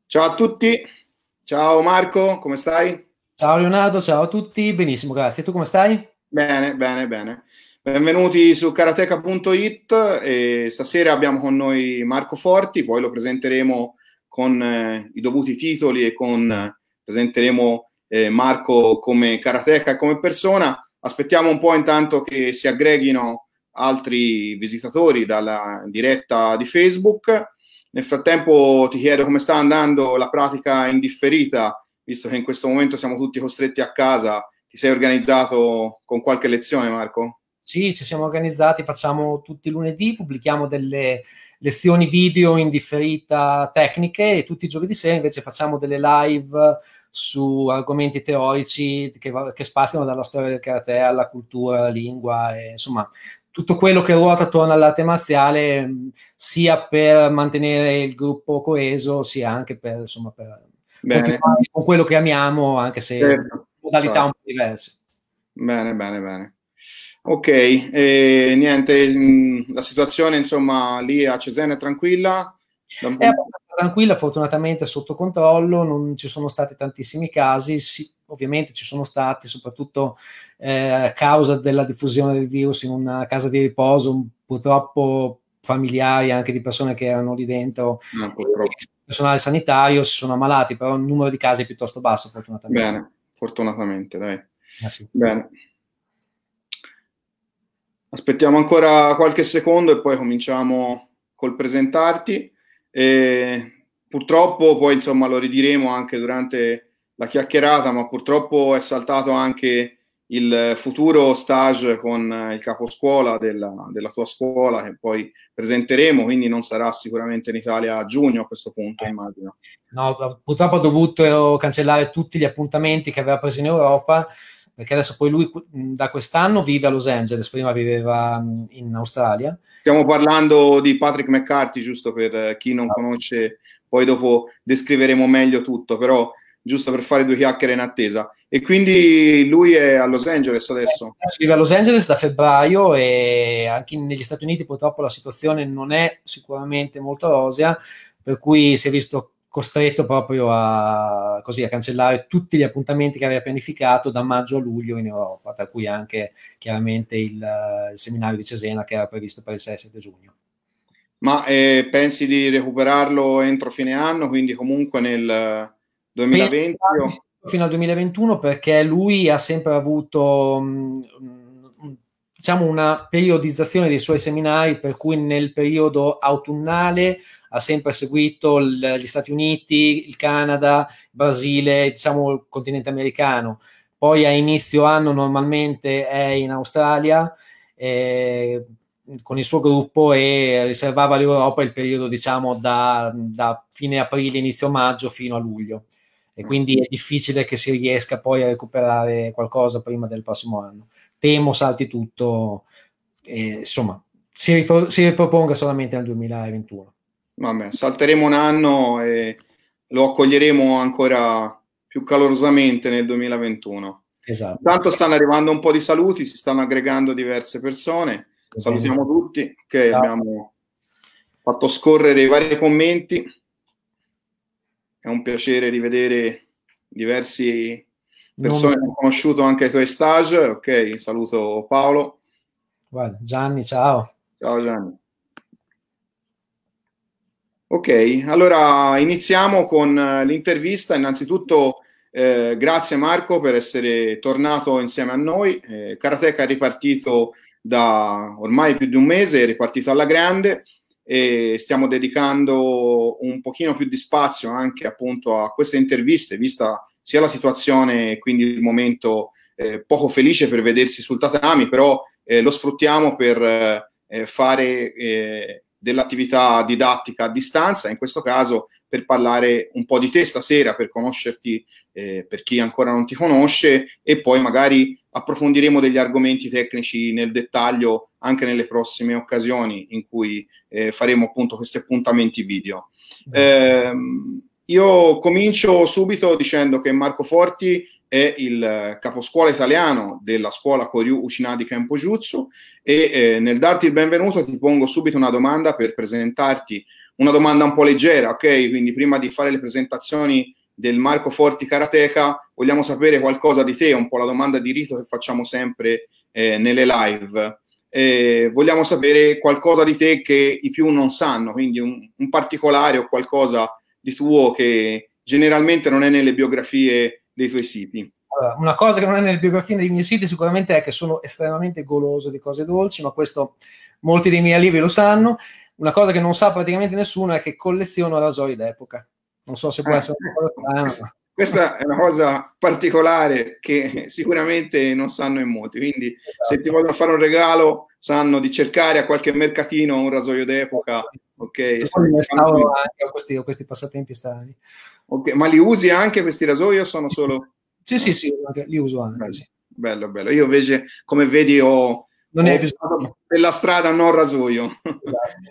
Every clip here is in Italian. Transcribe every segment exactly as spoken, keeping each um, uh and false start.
Ciao a tutti, ciao Marco, come stai? Ciao Leonardo, ciao a tutti, benissimo, grazie. Tu come stai? Bene, bene, bene. Benvenuti su karateka punto it e stasera abbiamo con noi Marco Forti, poi lo presenteremo con eh, i dovuti titoli e con, eh, presenteremo eh, Marco come karateka e come persona. Aspettiamo un po' intanto che si aggreghino altri visitatori dalla diretta di Facebook. Nel frattempo ti chiedo come sta andando la pratica indifferita, visto che in questo momento siamo tutti costretti a casa. Ti sei organizzato con qualche lezione, Marco? Sì, ci siamo organizzati, facciamo tutti i lunedì, pubblichiamo delle lezioni video in differita tecniche e tutti i giovedì sera invece facciamo delle live su argomenti teorici che, va- che spaziano dalla storia del karate alla cultura, alla lingua, e, insomma tutto quello che ruota attorno all'arte marziale, mh, sia per mantenere il gruppo coeso, sia anche per, insomma, per Bene, continuare con quello che amiamo, anche se in certo, modalità un certo. po' diverse. Bene, bene, bene. Ok, e niente, mh, la situazione insomma lì a Cesena è tranquilla? Da un È punto- abbastanza tranquilla, fortunatamente sotto controllo, non ci sono stati tantissimi casi, sì, ovviamente ci sono stati, soprattutto eh, a causa della diffusione del virus in una casa di riposo, purtroppo familiari anche di persone che erano lì dentro, No, e purtroppo. personale sanitario si sono ammalati, però il numero di casi è piuttosto basso, fortunatamente. Bene, fortunatamente, dai. Ah, sì. Bene. Aspettiamo ancora qualche secondo e poi cominciamo col presentarti. E purtroppo, poi insomma lo ridiremo anche durante la chiacchierata, ma purtroppo è saltato anche il futuro stage con il caposcuola della, della tua scuola che poi presenteremo, quindi non sarà sicuramente in Italia a giugno a questo punto, immagino. No, purtroppo ho dovuto cancellare tutti gli appuntamenti che aveva preso in Europa, perché adesso poi lui da quest'anno vive a Los Angeles, prima viveva in Australia. Stiamo parlando di Patrick McCarthy, giusto per eh, chi non conosce, poi dopo descriveremo meglio tutto, però giusto per fare due chiacchiere in attesa. E quindi lui è a Los Angeles adesso. Adesso vive a Los Angeles da febbraio e anche negli Stati Uniti purtroppo la situazione non è sicuramente molto rosea, per cui si è visto costretto proprio a, così, a cancellare tutti gli appuntamenti che aveva pianificato da maggio a luglio in Europa, tra cui anche chiaramente il, il seminario di Cesena che era previsto per il sei e sette giugno. Ma eh, pensi di recuperarlo entro fine anno, quindi comunque nel Penso duemilaventi? o- fino al duemilaventuno perché lui ha sempre avuto mh, mh, diciamo una periodizzazione dei suoi seminari per cui nel periodo autunnale ha sempre seguito il- gli Stati Uniti, il Canada, il Brasile, diciamo il continente americano. Poi a inizio anno normalmente è in Australia eh, con il suo gruppo e riservava all'Europa il periodo diciamo da, da fine aprile, inizio maggio fino a luglio e no. quindi è difficile che si riesca poi a recuperare qualcosa prima del prossimo anno. Temo salti tutto e insomma si, ripro- si riproponga solamente nel duemilaventuno. Vabbè, salteremo un anno e lo accoglieremo ancora più calorosamente nel duemilaventuno. Esatto. Intanto stanno arrivando un po' di saluti, si stanno aggregando diverse persone. Va bene. Salutiamo tutti, che Ciao. abbiamo fatto scorrere i vari commenti. È un piacere rivedere diverse Nome- persone che ho conosciuto anche ai tuoi stage. Ok, saluto Paolo. Guarda, Gianni, ciao. Ciao Gianni. Ok, allora iniziamo con eh, l'intervista. Innanzitutto, eh, grazie Marco per essere tornato insieme a noi. Eh, Karateka è ripartito da ormai più di un mese, è ripartito alla grande e stiamo dedicando un pochino più di spazio anche appunto a queste interviste, vista sia la situazione e quindi il momento eh, poco felice per vedersi sul tatami, però eh, lo sfruttiamo per eh, fare eh, dell'attività didattica a distanza, in questo caso per parlare un po' di te stasera, per conoscerti, eh, per chi ancora non ti conosce, e poi magari approfondiremo degli argomenti tecnici nel dettaglio anche nelle prossime occasioni in cui eh, faremo appunto questi appuntamenti video. Bene. Eh, io comincio subito dicendo che Marco Forti è il caposcuola italiano della scuola Koryu Uchinadi Kenpo-Jutsu e eh, nel darti il benvenuto ti pongo subito una domanda per presentarti, una domanda un po' leggera, ok? Quindi prima di fare le presentazioni del Marco Forti Karateka vogliamo sapere qualcosa di te, un po' la domanda di rito che facciamo sempre eh, nelle live. Eh, vogliamo sapere qualcosa di te che i più non sanno, quindi un, un particolare o qualcosa di tuo che generalmente non è nelle biografie dei tuoi siti. Allora, una cosa che non è nelle biografie dei miei siti sicuramente è che sono estremamente goloso di cose dolci, ma questo molti dei miei allievi lo sanno. Una cosa che non sa praticamente nessuno è che colleziono rasoi d'epoca. Non so se può Eh, essere una cosa strana. questa, questa è una cosa particolare che sicuramente non sanno in molti, quindi Esatto. Se ti vogliono fare un regalo sanno di cercare a qualche mercatino un rasoio d'epoca, ok? Sì, poi mi restauro anche a questi, a questi passatempi strani. Okay, ma li usi anche questi rasoi o sono solo... Sì, sì, sì, anche, li uso anche, bello, sì. bello, bello. Io invece, come vedi, ho, non ho hai bisogno per la strada non rasoio. Esatto.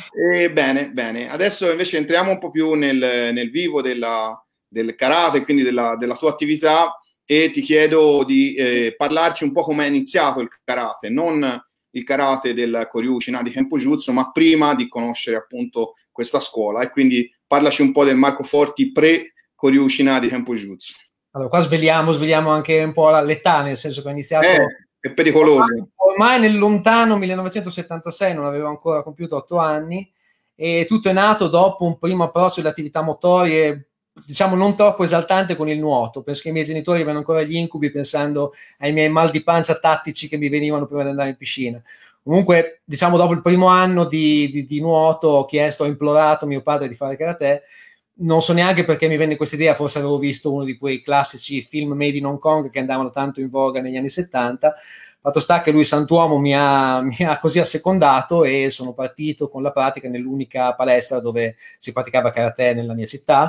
E bene, bene. Adesso invece entriamo un po' più nel, nel vivo della, del karate, quindi della, della tua attività, e ti chiedo di eh, parlarci un po' come è iniziato il karate, non il karate del Koryu Uchinadi Kenpo-Jutsu, ma prima di conoscere appunto questa scuola. E quindi parlaci un po' del Marco Forti pre-Koryu Uchinadi Kenpo-Jutsu. Allora, qua sveliamo, sveliamo anche un po' l'età, nel senso che ho iniziato... Eh, è pericoloso. Ormai, ormai nel lontano millenovecentosettantasei, non avevo ancora compiuto otto anni, e tutto è nato dopo un primo approccio alle attività motorie, diciamo non troppo esaltante con il nuoto. Penso che i miei genitori avevano ancora gli incubi pensando ai miei mal di pancia tattici che mi venivano prima di andare in piscina. Comunque, diciamo, dopo il primo anno di, di, di nuoto ho chiesto, ho implorato mio padre di fare karate. Non so neanche perché mi venne questa idea, forse avevo visto uno di quei classici film made in Hong Kong che andavano tanto in voga negli anni settanta. Fatto sta che lui, santuomo, mi ha, mi ha così assecondato e sono partito con la pratica nell'unica palestra dove si praticava karate nella mia città.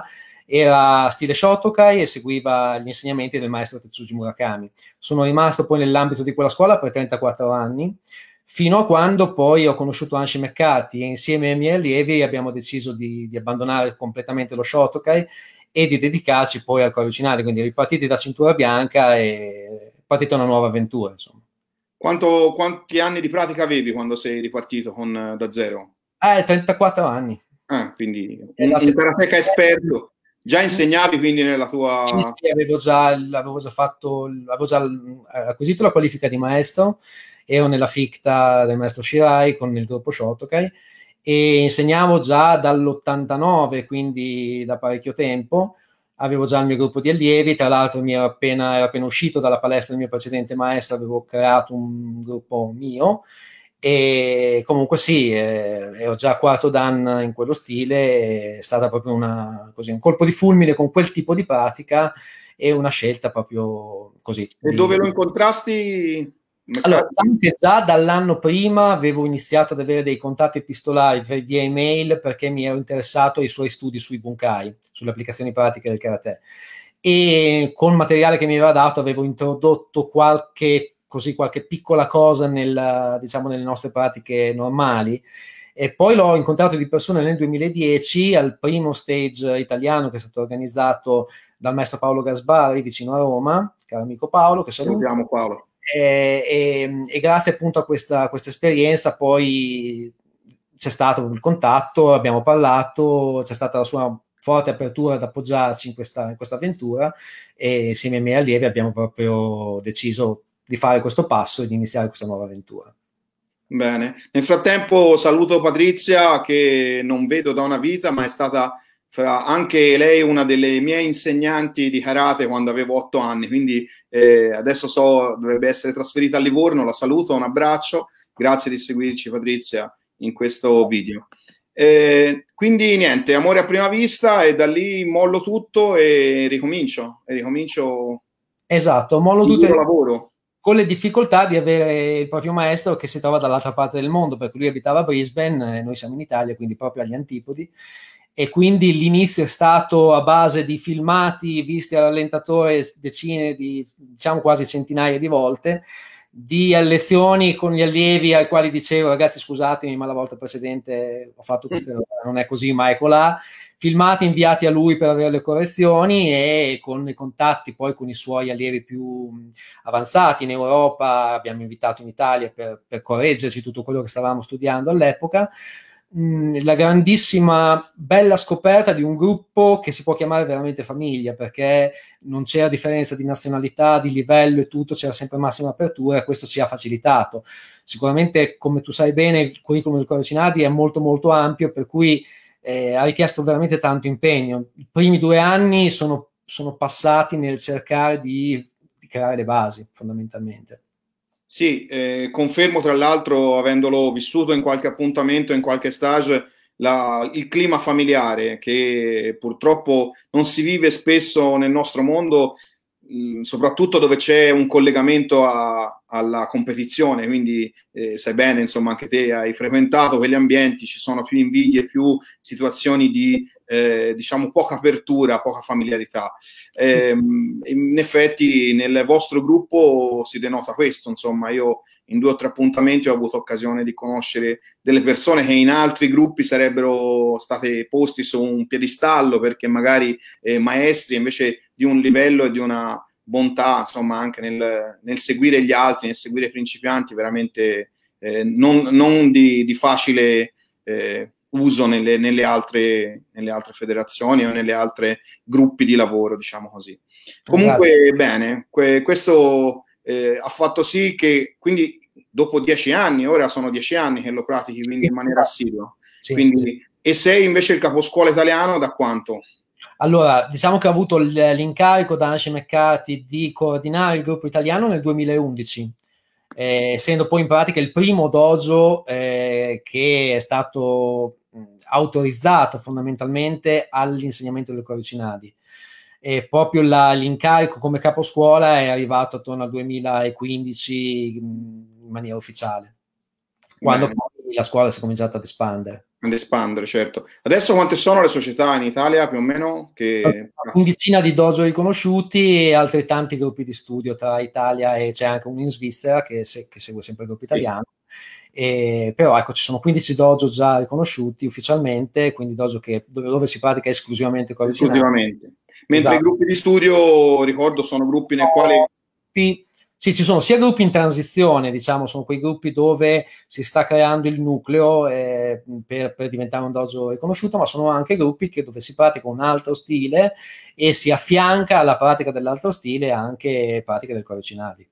Era stile Shotokai e seguiva gli insegnamenti del maestro Tetsuji Murakami. Sono rimasto poi nell'ambito di quella scuola per trentaquattro anni, fino a quando poi ho conosciuto Anshi Meccati e insieme ai miei allievi abbiamo deciso di, di abbandonare completamente lo Shotokai e di dedicarci poi al Koryu Uchinadi, quindi ripartiti da cintura bianca e partita una nuova avventura, insomma. Quanto, quanti anni di pratica avevi quando sei ripartito con, da zero? Eh, trentaquattro anni. Ah, quindi un, un karateka esperto. Già insegnavi quindi nella tua... Sì, sì, avevo già, avevo già fatto, avevo già acquisito la qualifica di maestro, ero nella ficta del maestro Shirai con il gruppo Shotokai e insegnavo già dall'ottantanove, quindi da parecchio tempo. Avevo già il mio gruppo di allievi, tra l'altro mi ero appena, ero appena uscito dalla palestra del mio precedente maestro, avevo creato un gruppo mio e comunque sì, eh, ero già a quarto dan in quello stile, è stata proprio una, così, un colpo di fulmine con quel tipo di pratica e una scelta proprio così. E Di... dove lo incontrasti? Allora, diciamo che già dall'anno prima avevo iniziato ad avere dei contatti epistolari via email perché mi ero interessato ai suoi studi sui bunkai, sulle applicazioni pratiche del karate. E con materiale che mi aveva dato avevo introdotto qualche, così, qualche piccola cosa nel, diciamo, nelle nostre pratiche normali. E poi l'ho incontrato di persona nel duemiladieci al primo stage italiano che è stato organizzato dal maestro Paolo Gasbari vicino a Roma, caro amico Paolo, che saluto. Salutiamo Paolo. E, e, e grazie appunto a questa, questa esperienza poi c'è stato il contatto, abbiamo parlato, c'è stata la sua forte apertura ad appoggiarci in questa, in questa avventura e insieme ai miei allievi abbiamo proprio deciso di fare questo passo e di iniziare questa nuova avventura. Bene, nel frattempo saluto Patrizia che non vedo da una vita, ma è stata fra anche lei una delle mie insegnanti di karate quando avevo otto anni, quindi eh, adesso so dovrebbe essere trasferita a Livorno, la saluto, un abbraccio, grazie di seguirci Patrizia in questo video. Eh, quindi niente, amore a prima vista e da lì mollo tutto e ricomincio, e ricomincio esatto, mollo il tutto mio lavoro. Con le difficoltà di avere il proprio maestro che si trova dall'altra parte del mondo, perché lui abitava a Brisbane, noi siamo in Italia, quindi proprio agli antipodi, e quindi l'inizio è stato a base di filmati visti al rallentatore decine di, diciamo quasi centinaia di volte, di lezioni con gli allievi ai quali dicevo: ragazzi, scusatemi, ma la volta precedente ho fatto queste cose, non è così, ma è colà. Filmati inviati a lui per avere le correzioni, e con i contatti poi con i suoi allievi più avanzati in Europa, abbiamo invitato in Italia per, per correggerci tutto quello che stavamo studiando all'epoca. La grandissima bella scoperta di un gruppo che si può chiamare veramente famiglia, perché non c'era differenza di nazionalità, di livello e tutto, c'era sempre massima apertura, e questo ci ha facilitato. Sicuramente, come tu sai bene, il curriculum del Coracinadi è molto molto ampio, per cui eh, ha richiesto veramente tanto impegno. I primi due anni sono, sono passati nel cercare di, di creare le basi, fondamentalmente. Sì, eh, confermo tra l'altro, avendolo vissuto in qualche appuntamento, in qualche stage, la, il clima familiare che purtroppo non si vive spesso nel nostro mondo, mh, soprattutto dove c'è un collegamento a, alla competizione, quindi eh, sai bene, insomma, anche te hai frequentato quegli ambienti, ci sono più invidie, più situazioni di eh, diciamo poca apertura, poca familiarità. Eh, in effetti nel vostro gruppo si denota questo, insomma, io in due o tre appuntamenti ho avuto occasione di conoscere delle persone che in altri gruppi sarebbero state posti su un piedistallo perché magari eh, maestri, invece di un livello e di una bontà, insomma, anche nel, nel seguire gli altri, nel seguire i principianti, veramente eh, non, non di, di facile eh, uso nelle, nelle, altre, nelle altre federazioni o nelle altre gruppi di lavoro, diciamo così. Comunque, Grazie. bene, que, questo eh, ha fatto sì che, quindi, dopo dieci anni, ora sono dieci anni che lo pratichi, quindi in maniera assidua. Sì, quindi, sì. E sei invece il caposcuola italiano da quanto? Allora, diciamo che ho avuto l'incarico da Anci Meccati di coordinare il gruppo italiano nel duemilaundici, eh, essendo poi in pratica il primo dojo eh, che è stato mh, autorizzato fondamentalmente all'insegnamento del Corucinadi. E proprio la, l'incarico come caposcuola è arrivato attorno al duemilaquindici mh, in maniera ufficiale, quando Bene, poi la scuola si è cominciata ad espandere. ad espandere, certo. Adesso quante sono le società in Italia, più o meno? Che... Una quindicina di dojo riconosciuti e altrettanti gruppi di studio tra Italia, e c'è anche uno in Svizzera che, se, che segue sempre il gruppo Sì. italiano. E, però ecco, ci sono quindici dojo già riconosciuti ufficialmente, quindi dojo che, dove, dove si pratica esclusivamente con Esclusivamente. Mentre i esatto. gruppi di studio, ricordo, sono gruppi nel quale... Sì, ci sono sia gruppi in transizione, diciamo, sono quei gruppi dove si sta creando il nucleo eh, per, per diventare un dojo riconosciuto, ma sono anche gruppi che, dove si pratica un altro stile e si affianca alla pratica dell'altro stile anche pratica del Corucinadi.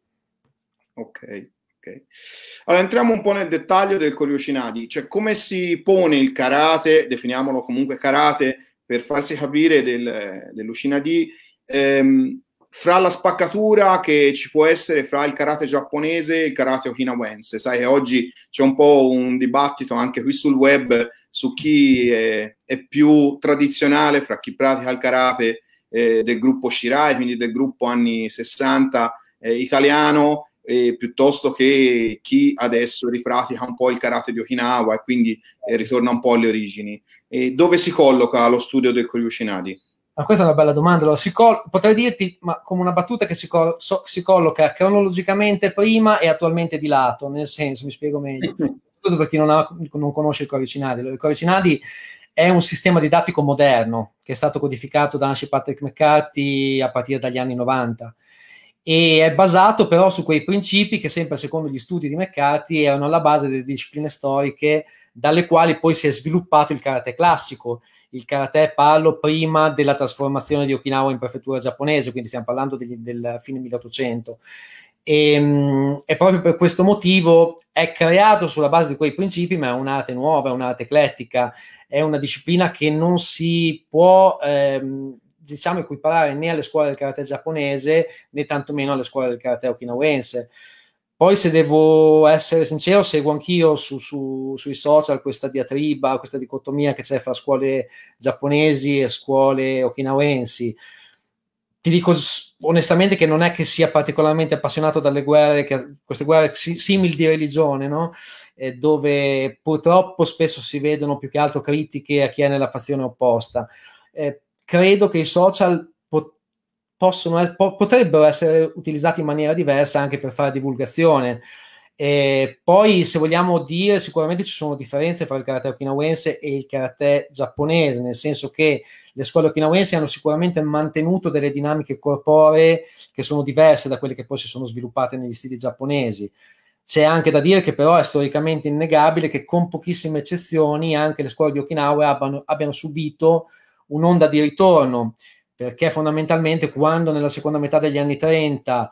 Ok, ok. Allora entriamo un po' nel dettaglio del Coriocinadi, cioè come si pone il karate, definiamolo comunque karate, per farsi capire del, dell'Ushinadi, ehm, fra la spaccatura che ci può essere fra il karate giapponese e il karate okinawense. Sai che oggi c'è un po' un dibattito anche qui sul web su chi è, è più tradizionale, fra chi pratica il karate eh, del gruppo Shirai, quindi del gruppo anni sessanta eh, italiano, eh, piuttosto che chi adesso ripratica un po' il karate di Okinawa e quindi eh, ritorna un po' alle origini. E dove si colloca lo studio del Koryushinadi? Ma questa è una bella domanda. Allora, si col- potrei dirti, ma come una battuta, che si, col- so- si colloca cronologicamente prima e attualmente di lato, nel senso, mi spiego meglio. Soprattutto per chi non, ha, non conosce il Corycinadi. Il Corycinadi è un sistema didattico moderno che è stato codificato da Anshi Patrick McCarthy a partire dagli anni novanta, e è basato però su quei principi che, sempre secondo gli studi di McCarthy, erano alla base delle discipline storiche dalle quali poi si è sviluppato il karate classico. Il karate, parlo prima della trasformazione di Okinawa in prefettura giapponese, quindi stiamo parlando degli, del fine milleottocento. E, mh, e proprio per questo motivo è creato sulla base di quei principi, ma è un'arte nuova, è un'arte eclettica, è una disciplina che non si può ehm, diciamo equiparare né alle scuole del karate giapponese né tantomeno alle scuole del karate okinawense. Poi, se devo essere sincero, seguo anch'io su, su, sui social questa diatriba, questa dicotomia che c'è fra scuole giapponesi e scuole okinawensi. Ti dico onestamente che non è che sia particolarmente appassionato dalle guerre, che, queste guerre simili di religione, no? Eh, dove purtroppo spesso si vedono più che altro critiche a chi è nella fazione opposta. Eh, credo che i social pot- possono, po- potrebbero essere utilizzati in maniera diversa anche per fare divulgazione. E poi, se vogliamo dire, sicuramente ci sono differenze tra il karate okinawense e il karate giapponese, nel senso che le scuole okinawensi hanno sicuramente mantenuto delle dinamiche corporee che sono diverse da quelle che poi si sono sviluppate negli stili giapponesi. C'è anche da dire che però è storicamente innegabile che, con pochissime eccezioni, anche le scuole di Okinawa abbiano, abbiano subito un'onda di ritorno, perché fondamentalmente quando nella seconda metà degli anni trenta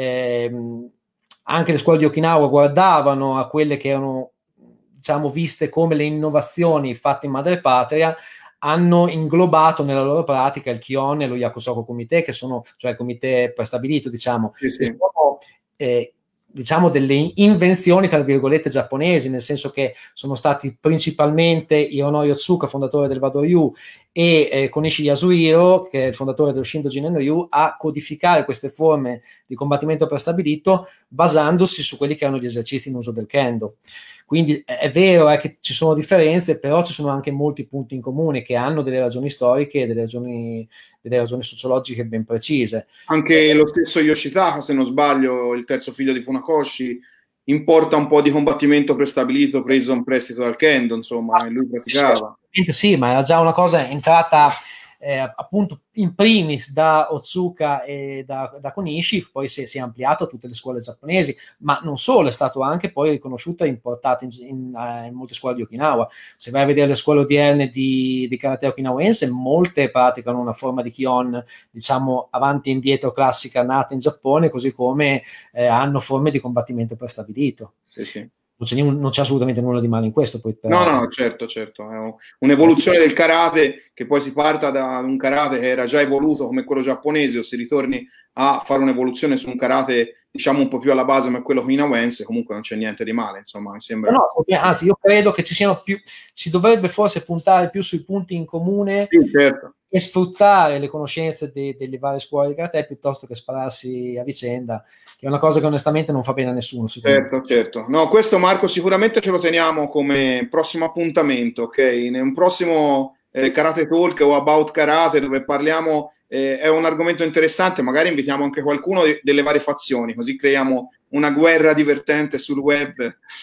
ehm, anche le scuole di Okinawa guardavano a quelle che erano, diciamo, viste come le innovazioni fatte in madrepatria, hanno inglobato nella loro pratica il Kion e lo Yakusoku Kumite, che sono, cioè il comité prestabilito, diciamo, Sì, sì. che sono eh, diciamo delle invenzioni tra virgolette giapponesi, nel senso che sono stati principalmente Hironori Otsuka, fondatore del Wado Ryu, e eh, Konishi Yasuhiro, che è il fondatore dello Shindo Jinen Ryu, a codificare queste forme di combattimento prestabilito basandosi su quelli che erano gli esercizi in uso del kendo. Quindi è vero è che ci sono differenze, però ci sono anche molti punti in comune che hanno delle ragioni storiche e delle ragioni, delle ragioni sociologiche ben precise. Anche lo stesso Yoshitaka, se non sbaglio, il terzo figlio di Funakoshi, importa un po' di combattimento prestabilito preso in prestito dal Kendo, insomma, e lui praticava. Sì, ma era già una cosa entrata eh, appunto in primis da Otsuka e da, da Konishi, poi si è, si è ampliato a tutte le scuole giapponesi, ma non solo, è stato anche poi riconosciuto e importato in, in, uh, in molte scuole di Okinawa. Se vai a vedere le scuole odierne di, di karate okinawense, molte praticano una forma di Kion, diciamo, avanti e indietro classica, nata in Giappone, così come eh, hanno forme di combattimento prestabilito. Sì, sì. Non c'è, non c'è assolutamente nulla di male in questo. Poi, no, no, no, certo, certo, è un'evoluzione del karate, che poi si parta da un karate che era già evoluto come quello giapponese, o si ritorni a fare un'evoluzione su un karate, diciamo, un po' più alla base come quello okinawense, comunque non c'è niente di male, insomma, mi sembra. No, no, anzi, io credo che ci siano più, si dovrebbe forse puntare più sui punti in comune, sì, certo, e sfruttare le conoscenze de, delle varie scuole di karate piuttosto che spararsi a vicenda, che è una cosa che onestamente non fa bene a nessuno. Certo, certo. No, questo, Marco, sicuramente ce lo teniamo come prossimo appuntamento, ok? In un prossimo eh, Karate Talk o About Karate, dove parliamo, eh, è un argomento interessante, magari invitiamo anche qualcuno de- delle varie fazioni, così creiamo una guerra divertente sul web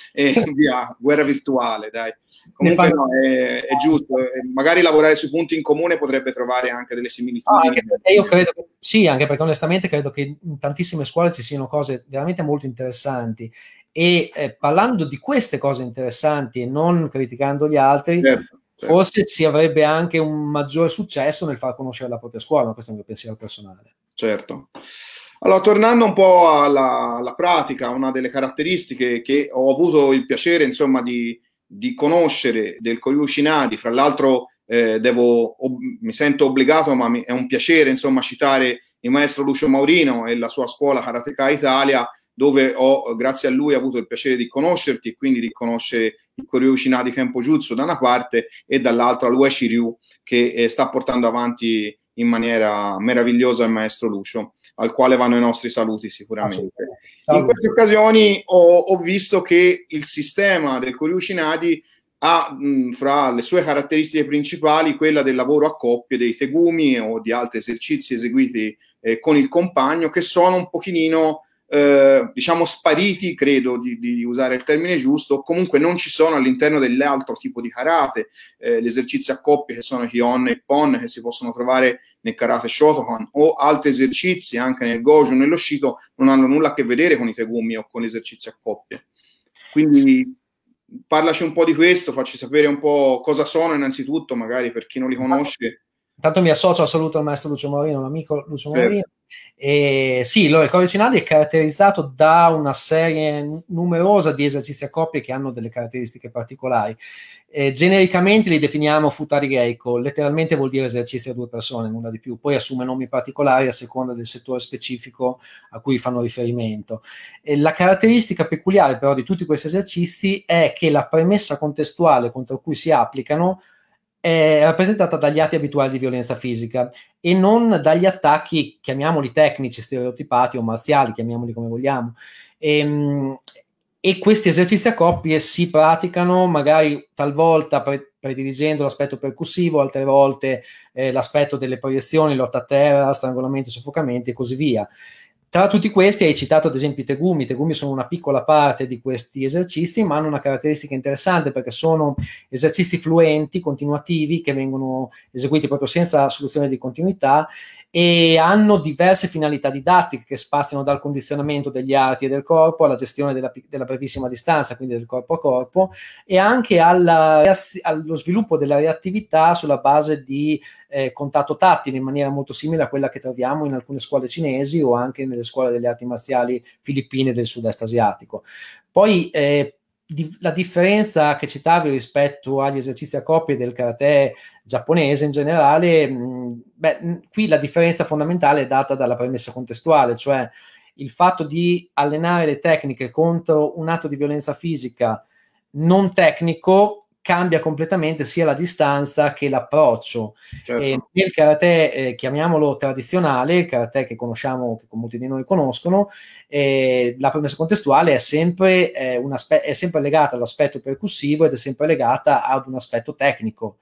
e via, guerra virtuale, dai. Comunque no, è, è giusto, magari lavorare sui punti in comune potrebbe trovare anche delle similitudini. Ah, anche perché io credo che, sì, anche perché onestamente credo che in tantissime scuole ci siano cose veramente molto interessanti, e eh, parlando di queste cose interessanti e non criticando gli altri, certo, certo. forse si avrebbe anche un maggiore successo nel far conoscere la propria scuola, ma questo è un mio pensiero personale. Certo. Allora, tornando un po' alla, alla pratica, una delle caratteristiche che ho avuto il piacere, insomma, di, di conoscere del Koryu Shinadi, fra l'altro eh, devo, ob- mi sento obbligato, ma mi, è un piacere, insomma, citare il maestro Lucio Maurino e la sua scuola Karateka Italia, dove ho, grazie a lui, avuto il piacere di conoscerti e quindi di conoscere il Koryu Shinadi Kenpo Jutsu da una parte e dall'altra l'Ueshi Ryu, che eh, sta portando avanti in maniera meravigliosa il maestro Lucio, al quale vanno i nostri saluti sicuramente. In queste occasioni ho, ho visto che il sistema del Koryu Shinadi ha mh, fra le sue caratteristiche principali quella del lavoro a coppie, dei tegumi o di altri esercizi eseguiti eh, con il compagno, che sono un pochino eh, diciamo spariti, credo di, di usare il termine giusto, o comunque non ci sono all'interno dell'altro tipo di karate, eh, gli esercizi a coppie che sono Hion e Pon, che si possono trovare nel karate Shotokan, o altri esercizi anche nel Goju, nello Shito, non hanno nulla a che vedere con i tegumi o con gli esercizi a coppie. Quindi parlaci un po' di questo, facci sapere un po' cosa sono innanzitutto, magari per chi non li conosce. Intanto mi associo al saluto al maestro Lucio Maurino, l'amico Lucio Maurino. E sì, il Koryu Shinadi è caratterizzato da una serie numerosa di esercizi a coppie che hanno delle caratteristiche particolari. Eh, genericamente li definiamo futari geiko, letteralmente vuol dire esercizi a due persone, nulla di più, poi assume nomi particolari a seconda del settore specifico a cui fanno riferimento. E la caratteristica peculiare però di tutti questi esercizi è che la premessa contestuale contro cui si applicano è rappresentata dagli atti abituali di violenza fisica e non dagli attacchi, chiamiamoli tecnici, stereotipati o marziali, chiamiamoli come vogliamo. E, e questi esercizi a coppie si praticano magari talvolta pre- prediligendo l'aspetto percussivo, altre volte eh, l'aspetto delle proiezioni, lotta a terra, strangolamenti, soffocamenti e così via. Tra tutti questi hai citato ad esempio i tegumi. I tegumi sono una piccola parte di questi esercizi, ma hanno una caratteristica interessante perché sono esercizi fluenti, continuativi, che vengono eseguiti proprio senza soluzione di continuità e hanno diverse finalità didattiche che spaziano dal condizionamento degli arti e del corpo alla gestione della, della brevissima distanza, quindi del corpo a corpo, e anche alla, allo sviluppo della reattività sulla base di eh, contatto tattile, in maniera molto simile a quella che troviamo in alcune scuole cinesi o anche nelle scuole delle arti marziali filippine del sud-est asiatico. Poi eh, di, la differenza che citavi rispetto agli esercizi a coppie del karate giapponese in generale, mh, beh, mh, qui la differenza fondamentale è data dalla premessa contestuale, cioè il fatto di allenare le tecniche contro un atto di violenza fisica non tecnico cambia completamente sia la distanza che l'approccio. Certo. E nel karate, eh, chiamiamolo tradizionale, il karate che conosciamo, che molti di noi conoscono, eh, la premessa contestuale è sempre, eh, un aspe- è sempre legata all'aspetto percussivo ed è sempre legata ad un aspetto tecnico.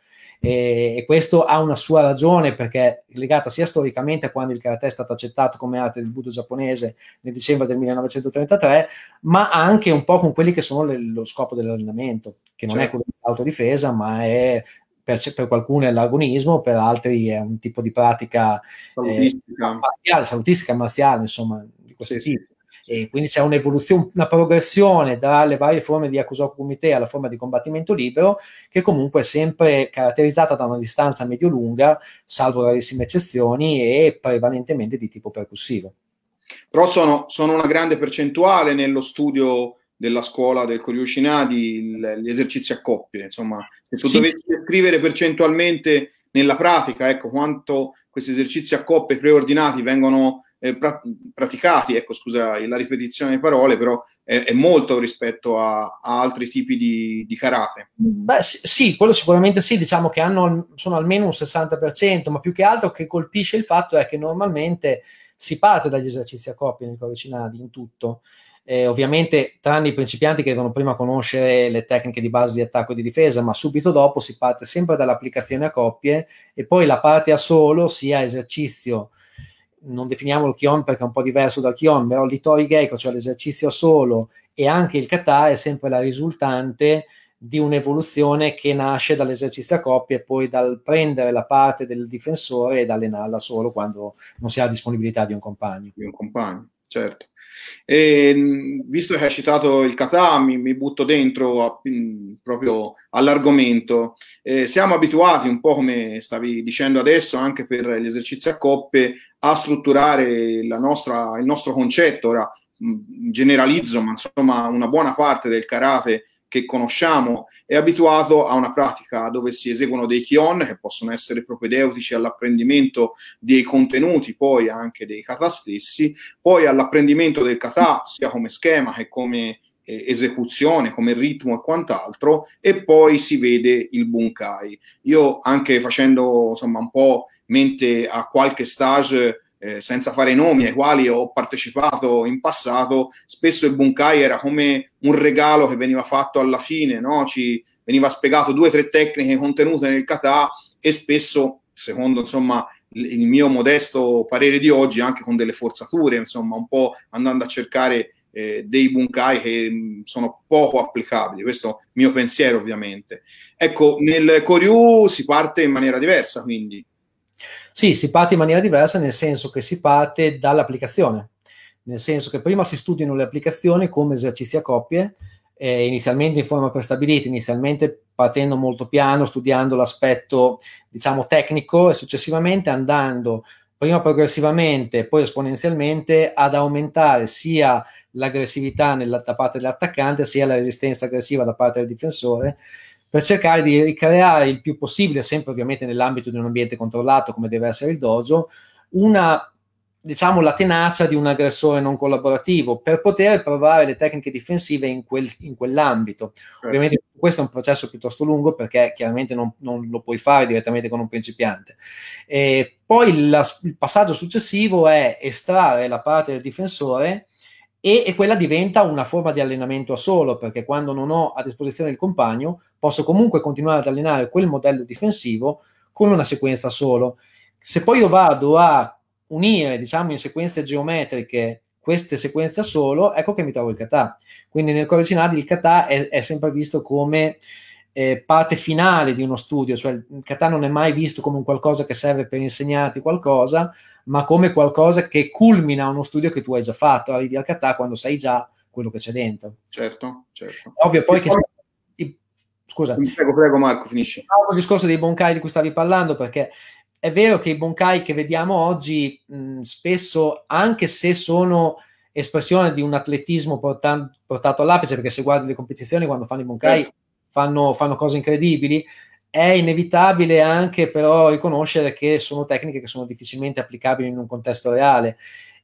E, e questo ha una sua ragione, perché è legata sia storicamente a quando il karate è stato accettato come arte del budo giapponese nel dicembre del millenovecentotrentatré, ma anche un po' con quelli che sono le, lo scopo dell'allenamento, che non certo. è quello dell'autodifesa, ma è per, per qualcuno è l'agonismo, per altri è un tipo di pratica salutistica, eh, marziale, salutistica marziale, insomma, di questo sì, tipo. Sì. E quindi c'è un'evoluzione, una progressione dalle varie forme di Yakusoku Kumite alla forma di combattimento libero, che comunque è sempre caratterizzata da una distanza medio-lunga, salvo rarissime eccezioni, e prevalentemente di tipo percussivo. Però sono, sono una grande percentuale nello studio della scuola del Koryu Shinadi gli esercizi a coppie. Insomma, se tu sì. dovessi scrivere percentualmente nella pratica, ecco, quanto questi esercizi a coppie preordinati vengono eh, pra- praticati, ecco, scusa la ripetizione di parole, però è, è molto rispetto a, a altri tipi di, di karate. Beh, sì, quello sicuramente sì, diciamo che hanno, sono almeno un sessanta per cento, ma più che altro che colpisce il fatto è che normalmente si parte dagli esercizi a coppie nel Koryu Shinadi in tutto. Eh, ovviamente, tranne i principianti che devono prima conoscere le tecniche di base di attacco e di difesa, ma subito dopo si parte sempre dall'applicazione a coppie e poi la parte a solo, sia esercizio, non definiamolo Kion perché è un po' diverso dal Kion, però l'Itori Geiko, cioè l'esercizio a solo, e anche il kata è sempre la risultante di un'evoluzione che nasce dall'esercizio a coppie e poi dal prendere la parte del difensore ed allenarla solo quando non si ha disponibilità di un compagno. Di un compagno, certo. E, visto che hai citato il kata, mi, mi butto dentro a, mh, proprio all'argomento. Eh, siamo abituati, un po' come stavi dicendo adesso, anche per gli esercizi a coppie, a strutturare la nostra, il nostro concetto. Ora mh, generalizzo, ma insomma una buona parte del karate che conosciamo è abituato a una pratica dove si eseguono dei kion che possono essere propedeutici all'apprendimento dei contenuti, poi anche dei kata stessi, poi all'apprendimento del kata sia come schema che come eh, esecuzione, come ritmo e quant'altro, e poi si vede il bunkai. Io anche facendo insomma un po' mente a qualche stage Eh, senza fare nomi, ai quali ho partecipato in passato, spesso il bunkai era come un regalo che veniva fatto alla fine, no? Ci veniva spiegato due o tre tecniche contenute nel kata e spesso, secondo insomma il, il mio modesto parere di oggi, anche con delle forzature, insomma un po' andando a cercare eh, dei bunkai che mh, sono poco applicabili. Questo è il mio pensiero, ovviamente. Ecco, nel Koryu si parte in maniera diversa, quindi. Sì, si parte in maniera diversa, nel senso che si parte dall'applicazione, nel senso che prima si studiano le applicazioni come esercizi a coppie, eh, inizialmente in forma prestabilita, inizialmente partendo molto piano, studiando l'aspetto, diciamo, tecnico e successivamente andando prima progressivamente, poi esponenzialmente ad aumentare sia l'aggressività nella, da parte dell'attaccante, sia la resistenza aggressiva da parte del difensore, per cercare di ricreare il più possibile, sempre ovviamente nell'ambito di un ambiente controllato come deve essere il dojo, una, diciamo, la tenacia di un aggressore non collaborativo per poter provare le tecniche difensive in, quel, in quell'ambito. Certo. Ovviamente questo è un processo piuttosto lungo perché chiaramente non, non lo puoi fare direttamente con un principiante. E poi la, il passaggio successivo è estrarre la parte del difensore e, e quella diventa una forma di allenamento a solo, perché quando non ho a disposizione il compagno posso comunque continuare ad allenare quel modello difensivo con una sequenza a solo. Se poi io vado a unire, diciamo, in sequenze geometriche queste sequenze a solo, ecco che mi trovo il kata. Quindi nel Koresinadi il kata è, è sempre visto come eh, parte finale di uno studio, cioè il kata non è mai visto come un qualcosa che serve per insegnarti qualcosa, ma come qualcosa che culmina uno studio che tu hai già fatto. Arrivi al kata quando sai già quello che c'è dentro. Certo, certo. È ovvio poi E che... poi... Scusa. Prego, prego Marco, finisci. Il discorso dei Bonkai di cui stavi parlando, perché è vero che i Bonkai che vediamo oggi mh, spesso, anche se sono espressione di un atletismo portan- portato all'apice, perché se guardi le competizioni quando fanno i Bonkai Certo. fanno, fanno cose incredibili, è inevitabile anche però riconoscere che sono tecniche che sono difficilmente applicabili in un contesto reale.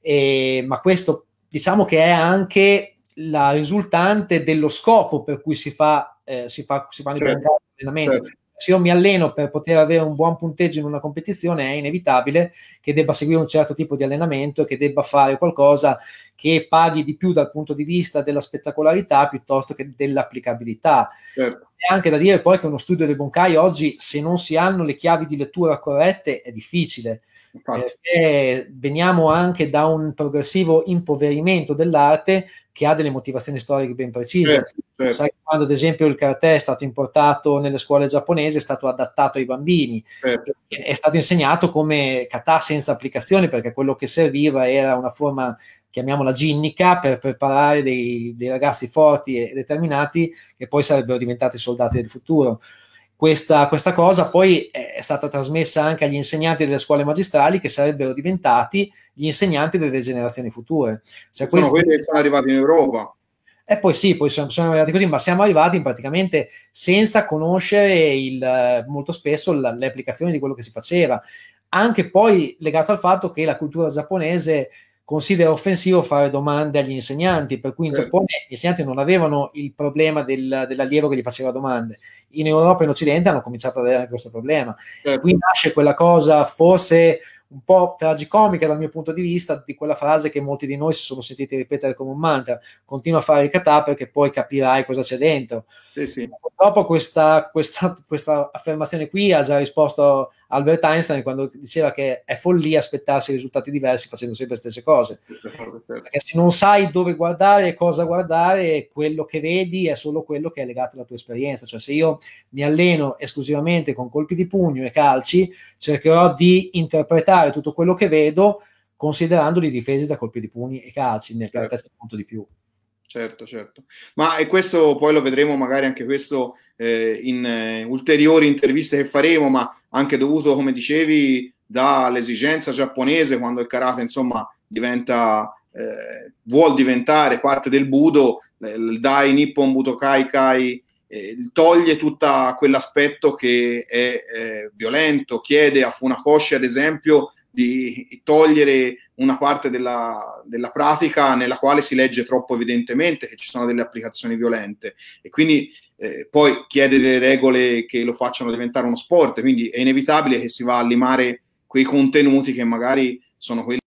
E, ma questo diciamo che è anche la risultante dello scopo per cui si fa, eh, si fa, si fanno certo. i Bonkai di allenamento. Certo. Se io mi alleno per poter avere un buon punteggio in una competizione, è inevitabile che debba seguire un certo tipo di allenamento e che debba fare qualcosa che paghi di più dal punto di vista della spettacolarità piuttosto che dell'applicabilità. Certo. C'è anche da dire poi che uno studio del Bonkai oggi, se non si hanno le chiavi di lettura corrette, è difficile. Infatti. Perché veniamo anche da un progressivo impoverimento dell'arte che ha delle motivazioni storiche ben precise. Certo, certo. Sai, quando ad esempio il karate è stato importato nelle scuole giapponesi, è stato adattato ai bambini, certo. è stato insegnato come kata senza applicazioni, perché quello che serviva era una forma, chiamiamola ginnica, per preparare dei, dei ragazzi forti e determinati che poi sarebbero diventati soldati del futuro. Questa, questa cosa poi è stata trasmessa anche agli insegnanti delle scuole magistrali, che sarebbero diventati gli insegnanti delle generazioni future. Se sono questo... quelli che sono arrivati in Europa. E poi sì, poi siamo, siamo arrivati così, ma siamo arrivati praticamente senza conoscere il, molto spesso la, le applicazioni di quello che si faceva. Anche poi legato al fatto che la cultura giapponese considera offensivo fare domande agli insegnanti, per cui in certo. Giappone gli insegnanti non avevano il problema del, dell'allievo che gli faceva domande. In Europa e in Occidente hanno cominciato ad avere questo problema. Certo. Qui nasce quella cosa forse un po' tragicomica dal mio punto di vista, di quella frase che molti di noi si sono sentiti ripetere come un mantra: continua a fare il kata perché poi capirai cosa c'è dentro. Sì, sì. Purtroppo questa, questa, questa affermazione qui ha già risposto Albert Einstein quando diceva che è follia aspettarsi risultati diversi facendo sempre le stesse cose. Certo. Perché se non sai dove guardare e cosa guardare, quello che vedi è solo quello che è legato alla tua esperienza. Cioè, se io mi alleno esclusivamente con colpi di pugno e calci, cercherò di interpretare tutto quello che vedo considerandoli difesi da colpi di pugni e calci, nel certo. carattere molto di più. Certo, certo. Ma e questo poi lo vedremo magari anche questo eh, in eh, ulteriori interviste che faremo, ma anche dovuto, come dicevi, dall'esigenza giapponese, quando il karate, insomma, diventa, eh, vuol diventare parte del Budo, il Dai Nippon Budokai Kai eh, toglie tutto quell'aspetto che è eh, violento, chiede a Funakoshi, ad esempio, di togliere una parte della, della pratica nella quale si legge troppo evidentemente che ci sono delle applicazioni violente, e quindi eh, poi chiede delle regole che lo facciano diventare uno sport, quindi è inevitabile che si va a limare quei contenuti che magari sono quelli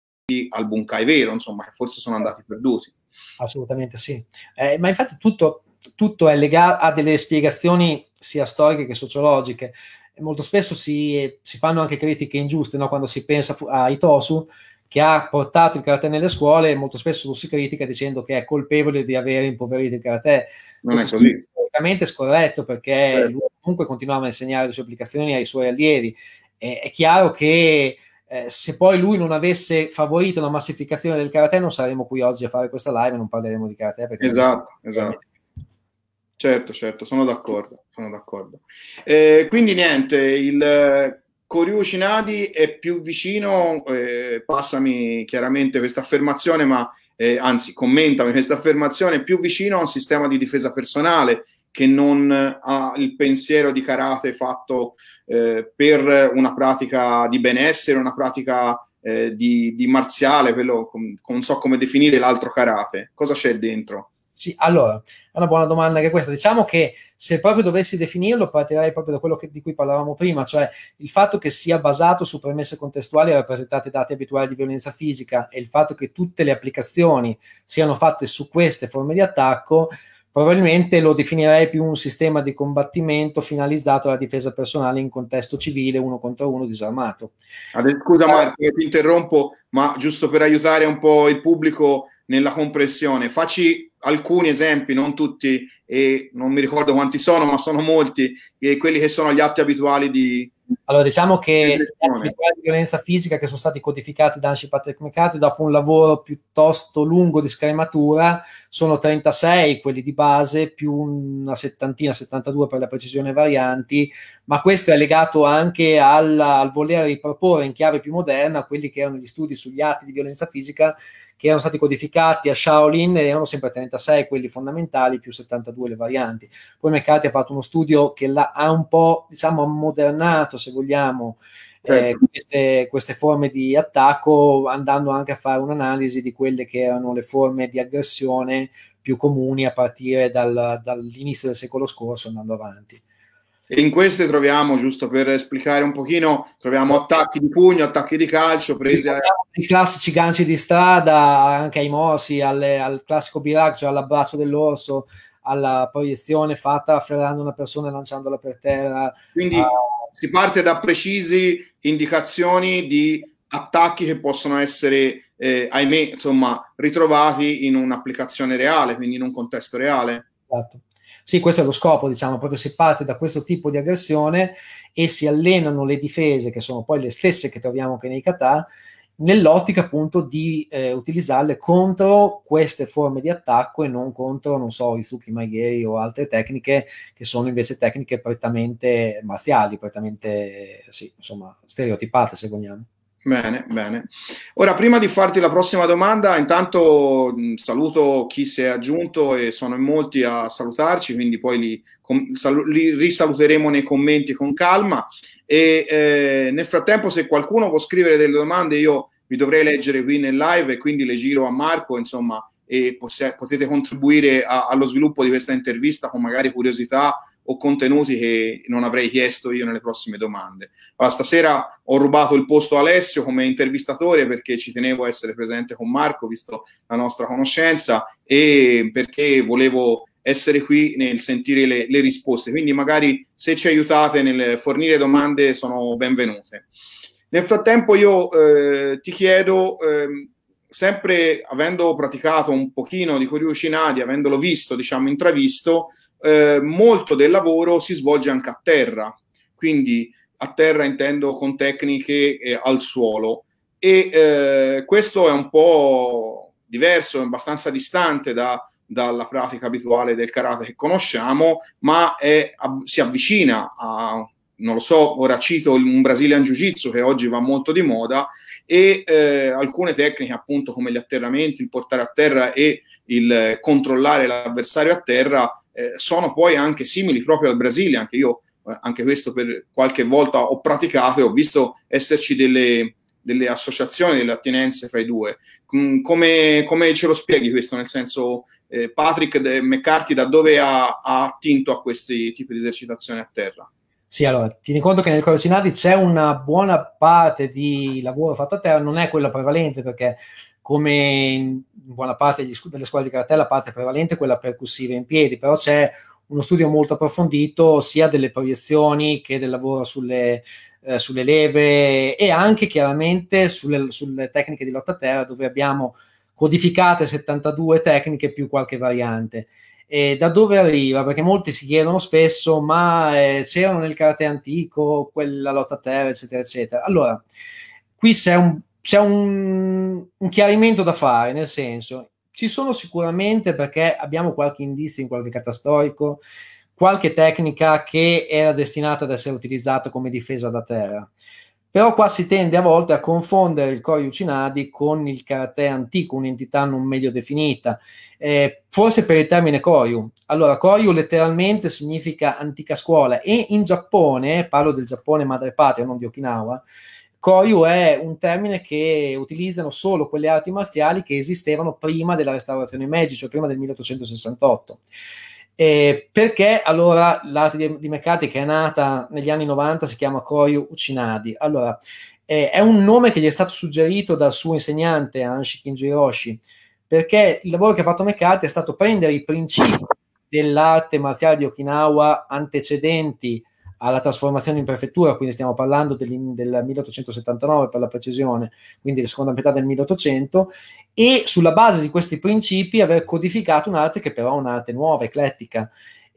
al Bunkai vero, insomma, che forse sono andati perduti. Assolutamente sì, eh, ma infatti tutto, tutto è legato a delle spiegazioni sia storiche che sociologiche. Molto spesso si, si fanno anche critiche ingiuste, no? Quando si pensa a Itosu, che ha portato il karate nelle scuole, molto spesso lo si critica dicendo che è colpevole di aver impoverito il karate. Non Questo è così. storicamente è scorretto, perché certo. lui comunque continuava a insegnare le sue applicazioni ai suoi allievi. E, è chiaro che eh, se poi lui non avesse favorito la massificazione del karate, non saremmo qui oggi a fare questa live e non parleremo di karate. Perché esatto, esatto. Certo, certo, sono d'accordo, sono d'accordo. Eh, quindi niente, il Koryu Nadi è più vicino, eh, passami chiaramente questa affermazione, ma eh, anzi commentami questa affermazione, è più vicino a un sistema di difesa personale che non al pensiero di karate fatto eh, per una pratica di benessere, una pratica eh, di, di marziale, quello, com, non so come definire l'altro karate. Cosa c'è dentro? Sì, allora, è una buona domanda anche questa. Diciamo che se proprio dovessi definirlo, partirei proprio da quello che, di cui parlavamo prima, cioè il fatto che sia basato su premesse contestuali rappresentate dati abituali di violenza fisica e il fatto che tutte le applicazioni siano fatte su queste forme di attacco, probabilmente lo definirei più un sistema di combattimento finalizzato alla difesa personale in contesto civile, uno contro uno disarmato. Adesso, scusa Marco, ti interrompo, ma giusto per aiutare un po' il pubblico nella comprensione, facci alcuni esempi, non tutti, e non mi ricordo quanti sono, ma sono molti, e quelli che sono gli atti abituali di... Allora, diciamo che gli atti abituali di violenza fisica che sono stati codificati da Anssi Patrick McCarthy dopo un lavoro piuttosto lungo di scrematura sono trentasei, quelli di base, più una settantina, settantadue per la precisione varianti, ma questo è legato anche al, al voler riproporre in chiave più moderna quelli che erano gli studi sugli atti di violenza fisica che erano stati codificati a Shaolin e erano sempre trentasei quelli fondamentali più settantadue le varianti. Poi McCarthy ha fatto uno studio che l'ha, ha un po', diciamo, ammodernato, se vogliamo, eh, queste, queste forme di attacco, andando anche a fare un'analisi di quelle che erano le forme di aggressione più comuni a partire dal, dall'inizio del secolo scorso andando avanti. E in queste troviamo, giusto per esplicare un pochino, troviamo attacchi di pugno, attacchi di calcio, prese a... I classici ganci di strada, anche ai morsi, alle, al classico birac, cioè all'abbraccio dell'orso, alla proiezione fatta afferrando una persona e lanciandola per terra. Quindi uh, si parte da precisi indicazioni di attacchi che possono essere, eh, ahimè, insomma, ritrovati in un'applicazione reale, quindi in un contesto reale. Esatto. Sì, questo è lo scopo, diciamo, proprio si parte da questo tipo di aggressione e si allenano le difese, che sono poi le stesse che troviamo anche nei kata, nell'ottica appunto di eh, utilizzarle contro queste forme di attacco e non contro, non so, i suki magheri o altre tecniche che sono invece tecniche prettamente marziali, prettamente, sì, insomma, stereotipate, se vogliamo. Bene, bene. Ora, prima di farti la prossima domanda, intanto mh, saluto chi si è aggiunto e sono in molti a salutarci, quindi poi li, com, sal, li risaluteremo nei commenti con calma e eh, nel frattempo se qualcuno può scrivere delle domande io vi dovrei leggere qui nel live e quindi le giro a Marco, insomma, e poss- potete contribuire a, allo sviluppo di questa intervista con magari curiosità o contenuti che non avrei chiesto io nelle prossime domande. Allora, stasera ho rubato il posto a Alessio come intervistatore perché ci tenevo a essere presente con Marco, visto la nostra conoscenza, e perché volevo essere qui nel sentire le, le risposte. Quindi magari se ci aiutate nel fornire domande sono benvenute. Nel frattempo io eh, ti chiedo, eh, sempre avendo praticato un pochino di Koryu Uchinadi, avendolo visto, diciamo, intravisto, Eh, molto del lavoro si svolge anche a terra, quindi a terra intendo con tecniche eh, al suolo e eh, questo è un po' diverso, è abbastanza distante da, dalla pratica abituale del karate che conosciamo, ma è, ab- si avvicina a, non lo so, ora cito un Brazilian Jiu-Jitsu che oggi va molto di moda e eh, alcune tecniche appunto come gli atterramenti, il portare a terra e il controllare l'avversario a terra Eh, sono poi anche simili proprio al Brasile, anche io, eh, anche questo per qualche volta ho praticato e ho visto esserci delle, delle associazioni, delle attinenze fra i due. Mm, come, come ce lo spieghi questo? Nel senso, eh, Patrick de McCarthy da dove ha, ha attinto a questi tipi di esercitazioni a terra? Sì, allora, tieni conto che nel Koryu Uchinadi c'è una buona parte di lavoro fatto a terra, non è quella prevalente perché come in buona parte degli, delle scuole di karate la parte prevalente è quella percussiva in piedi, però c'è uno studio molto approfondito sia delle proiezioni che del lavoro sulle, eh, sulle leve e anche chiaramente sulle, sulle tecniche di lotta a terra dove abbiamo codificate settantadue tecniche più qualche variante. E da dove arriva? Perché molti si chiedono spesso ma eh, c'erano nel karate antico quella lotta a terra eccetera eccetera. Allora, qui c'è un c'è un, un chiarimento da fare, nel senso, ci sono sicuramente, perché abbiamo qualche indizio in qualche kata storico, qualche tecnica che era destinata ad essere utilizzata come difesa da terra. Però qua si tende a volte a confondere il Koryu Uchinadi con il karate antico, un'entità non meglio definita, eh, forse per il termine Koryu. Allora, Koryu letteralmente significa antica scuola e in Giappone, parlo del Giappone madrepatria, non di Okinawa, Koryu è un termine che utilizzano solo quelle arti marziali che esistevano prima della restaurazione Meiji, cioè prima del milleottocentosessantotto. Eh, perché allora l'arte di, di Mekati, che è nata negli anni novanta, si chiama Koryu Uchinadi? Allora, eh, è un nome che gli è stato suggerito dal suo insegnante Anshi Kinji-Roshi, perché il lavoro che ha fatto Mekati è stato prendere i principi dell'arte marziale di Okinawa antecedenti alla trasformazione in prefettura, quindi stiamo parlando del, del milleottocentosettantanove per la precisione, quindi la seconda metà del milleottocento, e sulla base di questi principi aver codificato un'arte che però è un'arte nuova, eclettica.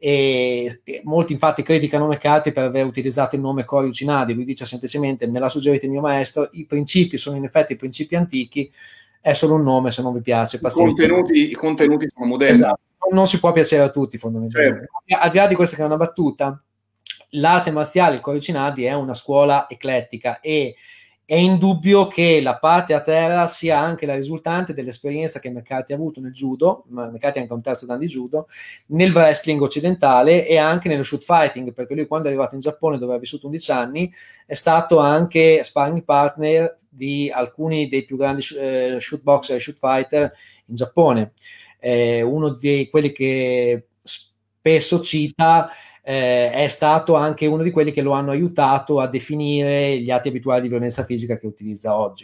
E, e molti infatti criticano Mekati per aver utilizzato il nome Koryu Uchinadi. Lui dice semplicemente: me l'ha suggerito il mio maestro, i principi sono in effetti i principi antichi, è solo un nome, se non vi piace. I contenuti, i contenuti sono moderni. Esatto. Non si può piacere a tutti, fondamentalmente. Certo. Al di là di questa che è una battuta, l'arte marziale, il Koryu Uchinadi, è una scuola eclettica e è indubbio che la parte a terra sia anche la risultante dell'esperienza che Mekati ha avuto nel judo, ma Mekati è anche un terzo dan di judo, nel wrestling occidentale e anche nello shoot fighting, perché lui quando è arrivato in Giappone, dove ha vissuto undici anni, è stato anche sparring partner di alcuni dei più grandi eh, shoot boxer e shoot fighter in Giappone. Eh, uno di quelli che spesso cita Eh, è stato anche uno di quelli che lo hanno aiutato a definire gli atti abituali di violenza fisica che utilizza oggi.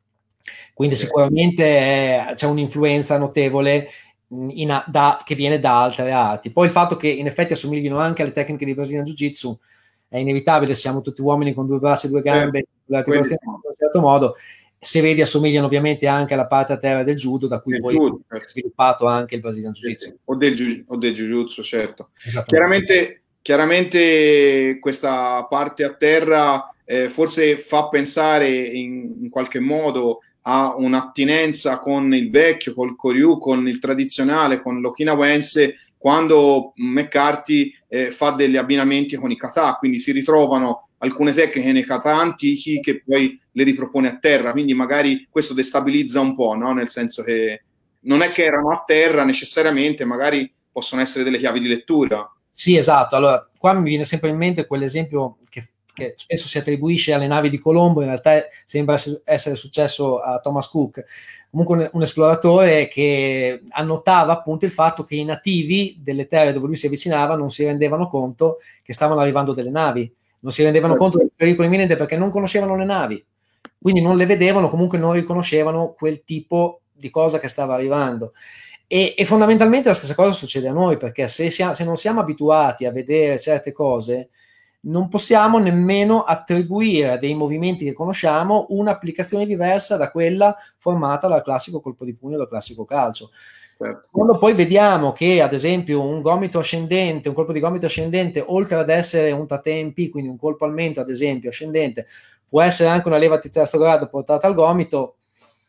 Quindi okay. Sicuramente è, c'è un'influenza notevole in, da, che viene da altre arti. Poi il fatto che in effetti assomiglino anche alle tecniche di Brazilian Jiu-Jitsu è inevitabile, siamo tutti uomini con due braccia e due gambe, eh, l'articolazione in un certo modo. Se vedi, assomigliano ovviamente anche alla parte a terra del judo, da cui poi judo, è sviluppato anche il Brazilian Jiu-Jitsu. O del, giu- o del Jiu-Jitsu, certo. Chiaramente, chiaramente questa parte a terra eh, forse fa pensare in, in qualche modo a un'attinenza con il vecchio, col Koryu, con il tradizionale, con l'okinawense, quando McCarthy eh, fa degli abbinamenti con i kata, quindi si ritrovano alcune tecniche nei kata antichi che poi le ripropone a terra, quindi magari questo destabilizza un po', no? Nel senso che non è che erano a terra necessariamente, magari possono essere delle chiavi di lettura. Sì, esatto. Allora, qua mi viene sempre in mente quell'esempio che, che spesso si attribuisce alle navi di Colombo, in realtà sembra essere successo a Thomas Cook, comunque un, un esploratore che annotava appunto il fatto che i nativi delle terre dove lui si avvicinava non si rendevano conto che stavano arrivando delle navi, non si rendevano conto del pericolo imminente perché non conoscevano le navi, quindi non le vedevano, comunque non riconoscevano quel tipo di cosa che stava arrivando. E, e fondamentalmente la stessa cosa succede a noi, perché se, siamo, se non siamo abituati a vedere certe cose, non possiamo nemmeno attribuire a dei movimenti che conosciamo un'applicazione diversa da quella formata dal classico colpo di pugno, dal classico calcio. Certo. Quando poi vediamo che, ad esempio, un gomito ascendente, un colpo di gomito ascendente, oltre ad essere un tatempi, quindi un colpo al mento, ad esempio, ascendente, può essere anche una leva di terzo grado portata al gomito,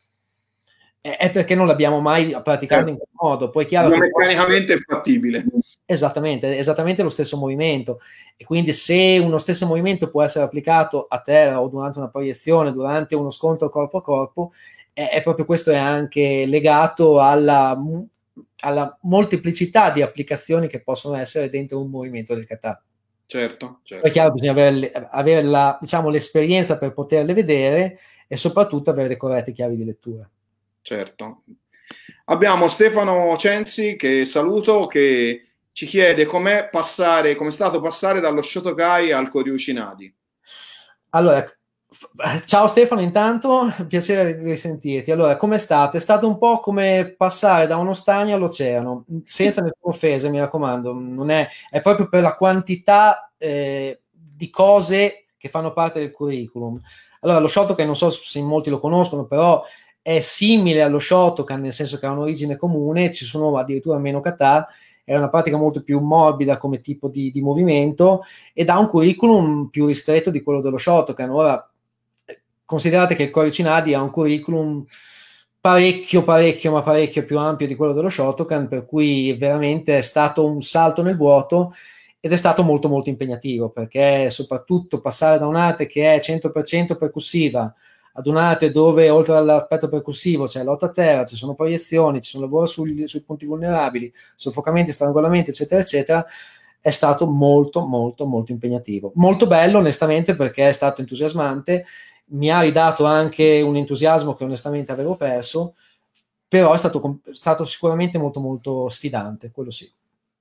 è perché non l'abbiamo mai praticato certo. in quel modo. Poi è chiaro non che meccanicamente poi... è fattibile. Esattamente, esattamente lo stesso movimento. E quindi se uno stesso movimento può essere applicato a terra o durante una proiezione, durante uno scontro corpo a corpo, è, è proprio questo è anche legato alla, alla molteplicità di applicazioni che possono essere dentro un movimento del kata. Certo, certo. Poi è chiaro, bisogna avere, avere la, diciamo, l'esperienza per poterle vedere e soprattutto avere le corrette chiavi di lettura. Certo. Abbiamo Stefano Censi, che saluto, che ci chiede com'è passare, com'è stato passare dallo Shotokai al Koryu Uchinadi. Allora, ciao Stefano, intanto, piacere di risentirti. Allora, com'è stato? È stato un po' come passare da uno stagno all'oceano, senza nessuna offesa, mi raccomando. Non è, è proprio per la quantità eh, di cose che fanno parte del curriculum. Allora, lo Shotokai, non so se in molti lo conoscono, però è simile allo Shotokan, nel senso che ha un'origine comune, ci sono addirittura meno kata, è una pratica molto più morbida come tipo di, di movimento ed ha un curriculum più ristretto di quello dello Shotokan. Ora, considerate che il Koryu Uchinadi ha un curriculum parecchio, parecchio, ma parecchio più ampio di quello dello Shotokan, per cui veramente è stato un salto nel vuoto ed è stato molto molto impegnativo, perché soprattutto passare da un'arte che è cento per cento percussiva ad un'arte dove oltre all'aspetto percussivo c'è lotta a terra, ci sono proiezioni, ci sono lavoro sugli, sui punti vulnerabili, soffocamenti, strangolamenti, eccetera, eccetera, è stato molto, molto, molto impegnativo. Molto bello, onestamente, perché è stato entusiasmante. mi ha ridato anche un entusiasmo che onestamente avevo perso, però è stato, stato sicuramente molto molto sfidante, quello sì.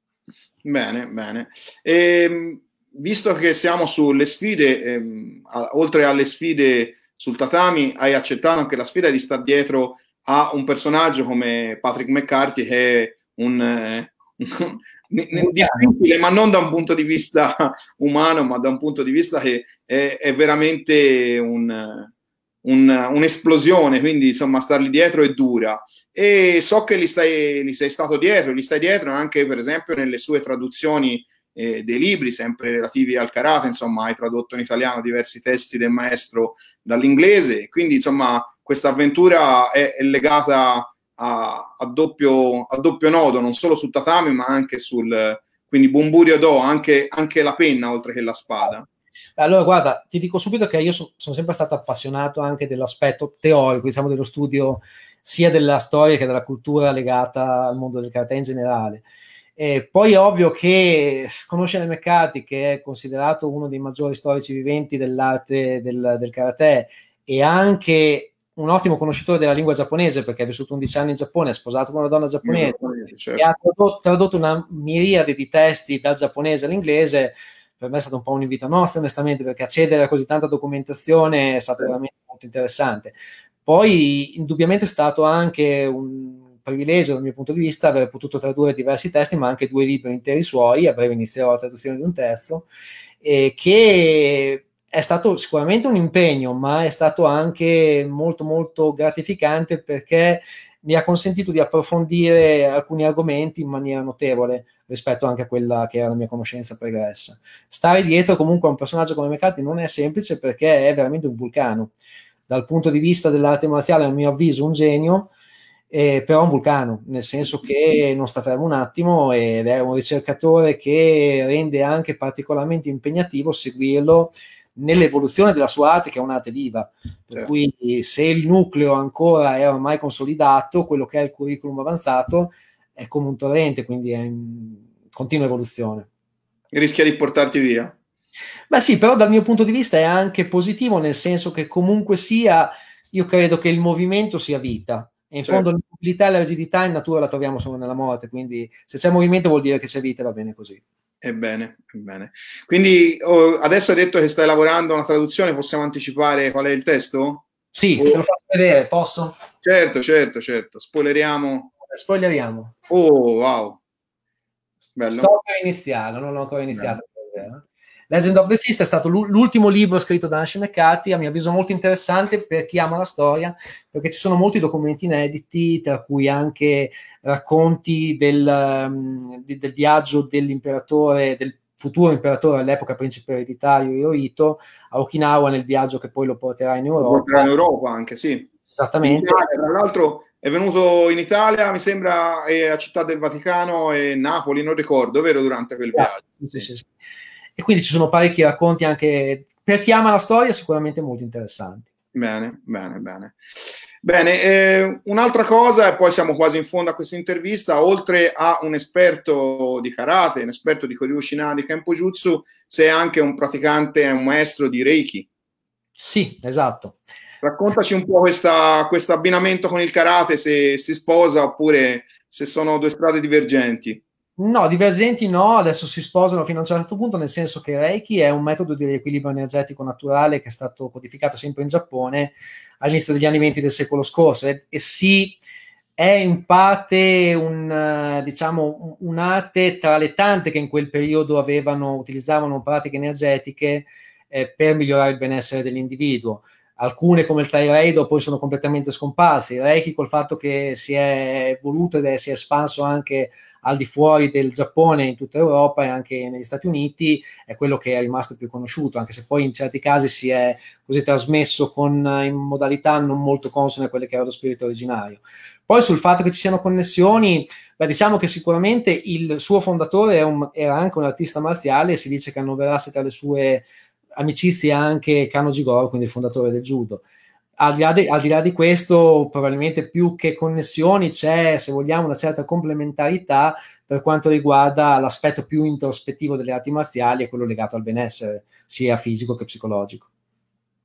Bene, bene. E, visto che siamo sulle sfide, ehm, a, oltre alle sfide sul tatami, hai accettato anche la sfida di stare dietro a un personaggio come Patrick McCarthy, che è un, eh, un difficile, ma non da un punto di vista umano, ma da un punto di vista che è, è veramente un, un, un'esplosione, quindi insomma stargli dietro è dura. E so che gli, stai, gli sei stato dietro, gli stai dietro anche per esempio nelle sue traduzioni eh, dei libri, sempre relativi al karate, insomma hai tradotto in italiano diversi testi del maestro dall'inglese, quindi insomma questa avventura è, è legata a, a, doppio, a doppio nodo, non solo sul tatami ma anche sul, quindi Bunburio Do, anche, anche la penna oltre che la spada. Allora, guarda, ti dico subito che io so, sono sempre stato appassionato anche dell'aspetto teorico, diciamo, dello studio sia della storia che della cultura legata al mondo del karate in generale. E poi è ovvio che conoscere McCarthy, che è considerato uno dei maggiori storici viventi dell'arte del, del karate, e anche un ottimo conoscitore della lingua giapponese, perché ha vissuto undici anni in Giappone, è sposato con una donna giapponese, certo, e ha tradotto, tradotto una miriade di testi dal giapponese all'inglese. Per me è stato un po' un invito nostro, onestamente, perché accedere a così tanta documentazione è stato veramente molto interessante. Poi, indubbiamente, è stato anche un privilegio, dal mio punto di vista, aver potuto tradurre diversi testi, ma anche due libri interi suoi. A breve inizierò la traduzione di un terzo, eh, che è stato sicuramente un impegno, ma è stato anche molto, molto gratificante, perché mi ha consentito di approfondire alcuni argomenti in maniera notevole rispetto anche a quella che era la mia conoscenza pregressa. Stare dietro comunque a un personaggio come McCarthy non è semplice, perché è veramente un vulcano. Dal punto di vista dell'arte marziale, a mio avviso, un genio, eh, però un vulcano, nel senso che non sta fermo un attimo ed è un ricercatore che rende anche particolarmente impegnativo seguirlo nell'evoluzione della sua arte, che è un'arte viva, per certo. Cui se il nucleo ancora è ormai consolidato, quello che è il curriculum avanzato è come un torrente, quindi è in continua evoluzione. Rischia di portarti via. Beh sì, però dal mio punto di vista è anche positivo, nel senso che comunque sia, io credo che il movimento sia vita, e in certo. Fondo l'immobilità e la rigidità in natura la troviamo solo nella morte, quindi se c'è movimento vuol dire che c'è vita e va bene così. Ebbene, ebbene. Quindi oh, adesso hai detto che stai lavorando a una traduzione, possiamo anticipare qual è il testo? Sì, oh. Te lo faccio vedere, posso? Certo, certo, certo. Spoileriamo. Spoileriamo. Oh, wow. Bello. Sto per iniziare, non ho ancora iniziato. Legend of the Fist è stato l'ultimo libro scritto da Anshin McCarthy, a mio avviso molto interessante per chi ama la storia, perché ci sono molti documenti inediti, tra cui anche racconti del, um, di, del viaggio dell'imperatore, del futuro imperatore all'epoca principe ereditario Hirohito a Okinawa, nel viaggio che poi lo porterà in Europa. Lo porterà in Europa anche, sì. Esattamente. Italia, tra l'altro è venuto in Italia, mi sembra, a Città del Vaticano e Napoli, non ricordo, vero, durante quel viaggio. Sì, sì, sì. E quindi ci sono parecchi racconti anche per chi ama la storia, sicuramente molto interessanti. Bene, bene, bene. Bene, eh, un'altra cosa, e poi siamo quasi in fondo a questa intervista, oltre a un esperto di karate, un esperto di Kyokushin di Kenpo-Jutsu, sei anche un praticante e un maestro di Reiki. Sì, esatto. Raccontaci un po' questo abbinamento con il karate, se si sposa oppure se sono due strade divergenti. No, divergenti no, adesso si sposano fino a un certo punto, nel senso che Reiki è un metodo di riequilibrio energetico naturale che è stato codificato sempre in Giappone all'inizio degli anni venti del secolo scorso, e, e sì, è in parte un, diciamo, un'arte tra le tante che in quel periodo avevano, utilizzavano pratiche energetiche eh, per migliorare il benessere dell'individuo. Alcune, come il Tai Reido, poi sono completamente scomparse. Il Reiki, col fatto che si è evoluto ed è, si è espanso anche al di fuori del Giappone, in tutta Europa e anche negli Stati Uniti, è quello che è rimasto più conosciuto, anche se poi in certi casi si è così trasmesso con, in modalità non molto consone a quelle che era lo spirito originario. Poi sul fatto che ci siano connessioni, beh, diciamo che sicuramente il suo fondatore era, un, era anche un artista marziale, e si dice che annoverasse tra le sue amicizie anche Kano Jigoro, quindi il fondatore del judo. Al di, là di, al di là di questo, probabilmente più che connessioni c'è, se vogliamo, una certa complementarità per quanto riguarda l'aspetto più introspettivo delle arti marziali e quello legato al benessere, sia fisico che psicologico.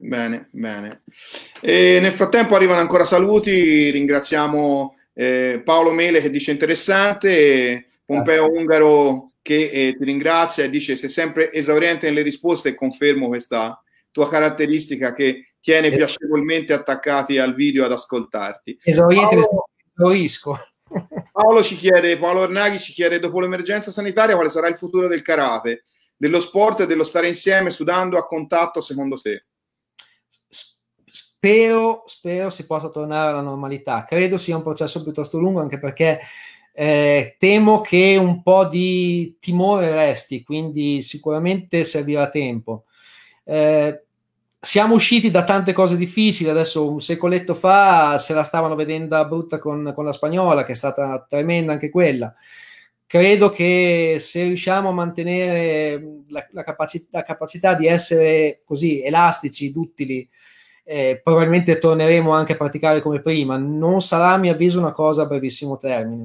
Bene, bene. E nel frattempo arrivano ancora saluti, ringraziamo eh, Paolo Mele che dice interessante, e Pompeo Grazie. Ungaro che eh, ti ringrazia e dice sei sempre esauriente nelle risposte, e confermo questa tua caratteristica che tiene piacevolmente attaccati al video ad ascoltarti. Esauriente, Paolo, esaurisco. Paolo ci chiede, Paolo Ornaghi ci chiede, dopo l'emergenza sanitaria quale sarà il futuro del karate, dello sport e dello stare insieme sudando a contatto secondo te? Spero, spero si possa tornare alla normalità. Credo sia un processo piuttosto lungo, anche perché eh, temo che un po' di timore resti, quindi sicuramente servirà tempo. Eh, siamo usciti da tante cose difficili, adesso un secoletto fa se la stavano vedendo a brutta con, con la spagnola, che è stata tremenda anche quella. Credo che se riusciamo a mantenere la, la, capaci- la capacità di essere così elastici, duttili, eh, probabilmente torneremo anche a praticare come prima. Non sarà, a mio avviso, una cosa a brevissimo termine,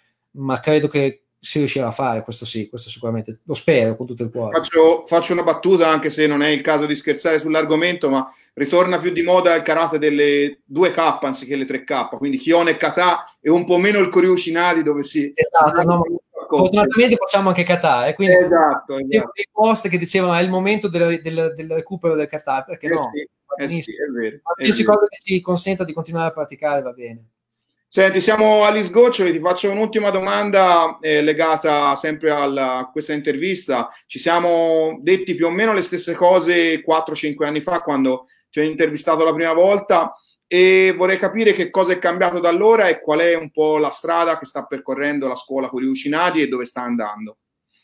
ma credo che si riuscirà a fare, questo sì, questo sicuramente, lo spero con tutto il cuore. Faccio, faccio una battuta, anche se non è il caso di scherzare sull'argomento, ma ritorna più di moda il karate delle due K anziché le tre K, quindi Kion e Kata, e un po' meno il Koryu-Shinadi, dove si... Esatto, si no, fortunatamente facciamo anche kata, eh, quindi esatto, esatto. dei post che dicevano è il momento del, del, del recupero del kata, perché eh no? sì, eh sì, è vero, è Qualsiasi vero. cosa che ci consenta di continuare a praticare va bene. Senti, siamo agli sgoccioli, ti faccio un'ultima domanda eh, legata sempre alla, a questa intervista. Ci siamo detti più o meno le stesse cose quattro cinque anni fa, quando ti ho intervistato la prima volta, e vorrei capire che cosa è cambiato da allora e qual è un po' la strada che sta percorrendo la scuola Koryu Shinadi e dove sta andando.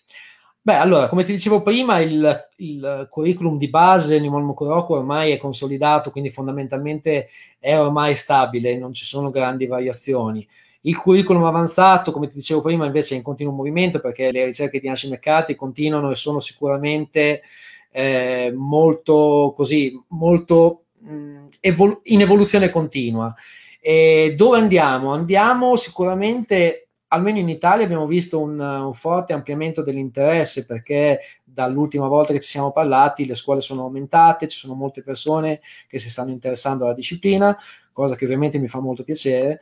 Beh, allora, come ti dicevo prima, il, il curriculum di base Nimon Mukuroku ormai è consolidato, quindi fondamentalmente è ormai stabile, non ci sono grandi variazioni. Il curriculum avanzato, come ti dicevo prima, invece è in continuo movimento, perché le ricerche di Hashi Mercati continuano e sono sicuramente eh, molto così, molto mh, evol- in evoluzione continua. E dove andiamo? Andiamo sicuramente, almeno in Italia abbiamo visto un, un forte ampliamento dell'interesse, perché dall'ultima volta che ci siamo parlati le scuole sono aumentate, ci sono molte persone che si stanno interessando alla disciplina, cosa che ovviamente mi fa molto piacere.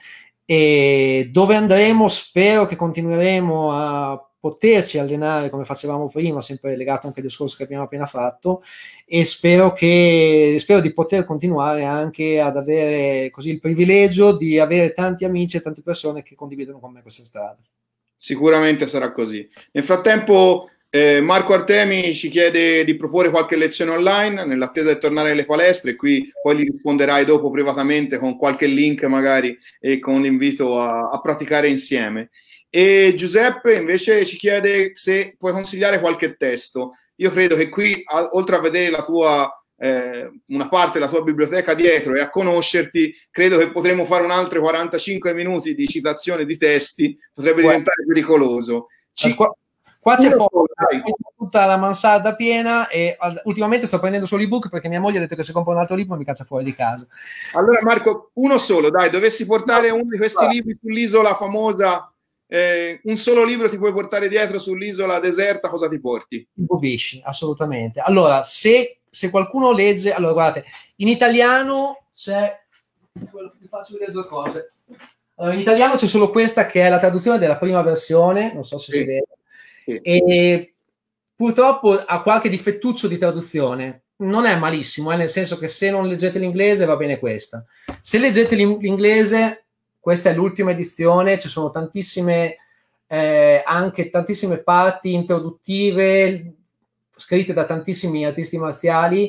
E dove andremo? Spero che continueremo a poterci allenare come facevamo prima, sempre legato anche al discorso che abbiamo appena fatto, e spero, che, spero di poter continuare anche ad avere così il privilegio di avere tanti amici e tante persone che condividono con me questa strada. Sicuramente sarà così. Nel frattempo, eh, Marco Artemi ci chiede di proporre qualche lezione online nell'attesa di tornare alle palestre. Qui poi gli risponderai dopo privatamente con qualche link magari e con l'invito a, a praticare insieme. E Giuseppe invece ci chiede se puoi consigliare qualche testo. Io credo che qui, a, oltre a vedere la tua eh, una parte della tua biblioteca dietro e a conoscerti, credo che potremmo fare un altro quarantacinque minuti di citazione di testi, potrebbe Guarda, diventare pericoloso. Ci... qua, qua c'è Uno poco, solo, dai. tutta la mansarda piena, e al, ultimamente sto prendendo solo ebook perché mia moglie ha detto che se compro un altro libro mi caccia fuori di casa. Allora Marco, uno solo, dai, dovessi portare uno di questi libri sull'isola famosa, eh, un solo libro ti puoi portare dietro sull'isola deserta, cosa ti porti? Bobisci, assolutamente. Allora, se, se qualcuno legge, allora guardate, in italiano c'è, vi faccio vedere due cose. Allora, in italiano c'è solo questa che è la traduzione della prima versione, non so se Sì, si vede, sì. e purtroppo ha qualche difettuccio di traduzione. Non è malissimo, eh, nel senso che se non leggete l'inglese va bene questa. Se leggete l'inglese, questa è l'ultima edizione, ci sono tantissime eh, anche tantissime parti introduttive scritte da tantissimi artisti marziali,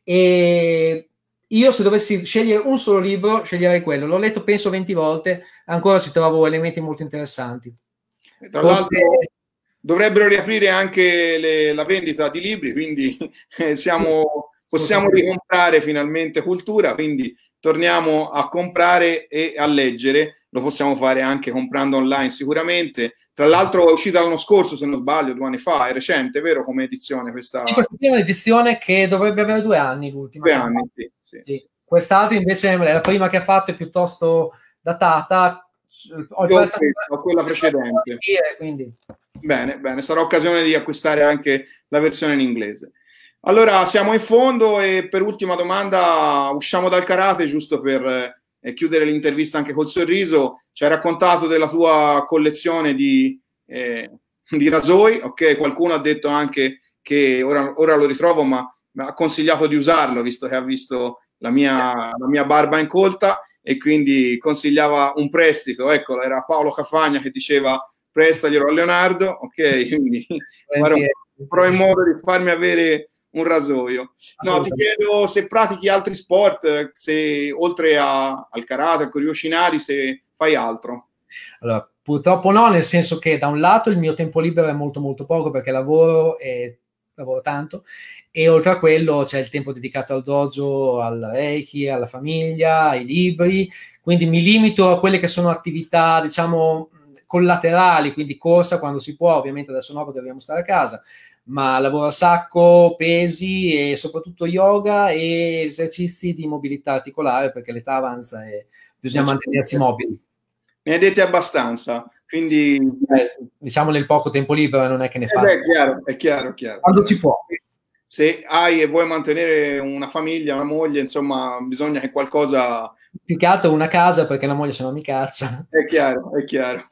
e io se dovessi scegliere un solo libro sceglierei quello. L'ho letto penso venti volte, ancora ci trovo elementi molto interessanti. Tra Forse... l'altro dovrebbero riaprire anche le, la vendita di libri, quindi eh, siamo, possiamo ricomprare finalmente cultura, quindi torniamo a comprare e a leggere. Lo possiamo fare anche comprando online sicuramente. Tra l'altro è uscita l'anno scorso, se non sbaglio, due anni fa, è recente, vero, come edizione questa? Sì, questa è un'edizione che dovrebbe avere due anni, l'ultima. Due anni, sì, sì, sì. sì. Quest'altra invece è la prima che ha fatto, è piuttosto datata. Ho, Io ho, ho quella precedente. Dire, quindi. Bene, bene, sarà occasione di acquistare anche la versione in inglese. Allora, siamo in fondo e per ultima domanda usciamo dal karate, giusto per eh, chiudere l'intervista anche col sorriso. Ci hai raccontato della tua collezione di, eh, di rasoi, ok? Qualcuno ha detto anche che ora, ora lo ritrovo, ma mi ha consigliato di usarlo, visto che ha visto la mia, la mia barba incolta e quindi consigliava un prestito. Ecco, era Paolo Cafagna che diceva prestaglielo a Leonardo, ok? Quindi farò, farò in modo di farmi avere un rasoio. No, ti chiedo se pratichi altri sport, se oltre a, al karate, al Kyokushinari, se fai altro. Allora, purtroppo no, nel senso che da un lato il mio tempo libero è molto molto poco perché lavoro e lavoro tanto, e oltre a quello c'è il tempo dedicato al dojo, al reiki, alla famiglia, ai libri, quindi mi limito a quelle che sono attività, diciamo, collaterali, quindi corsa quando si può, ovviamente adesso no perché dobbiamo stare a casa, ma lavoro a sacco, pesi e soprattutto yoga e esercizi di mobilità articolare perché l'età avanza e bisogna mantenersi mobili. Ne hai dette abbastanza, quindi eh, diciamo nel poco tempo libero non è che ne eh faccia. beh, è chiaro, è chiaro, chiaro. Quando si può. Se hai e vuoi mantenere una famiglia, una moglie, insomma, bisogna che qualcosa... Più che altro una casa perché la moglie se no mi caccia. È chiaro, è chiaro.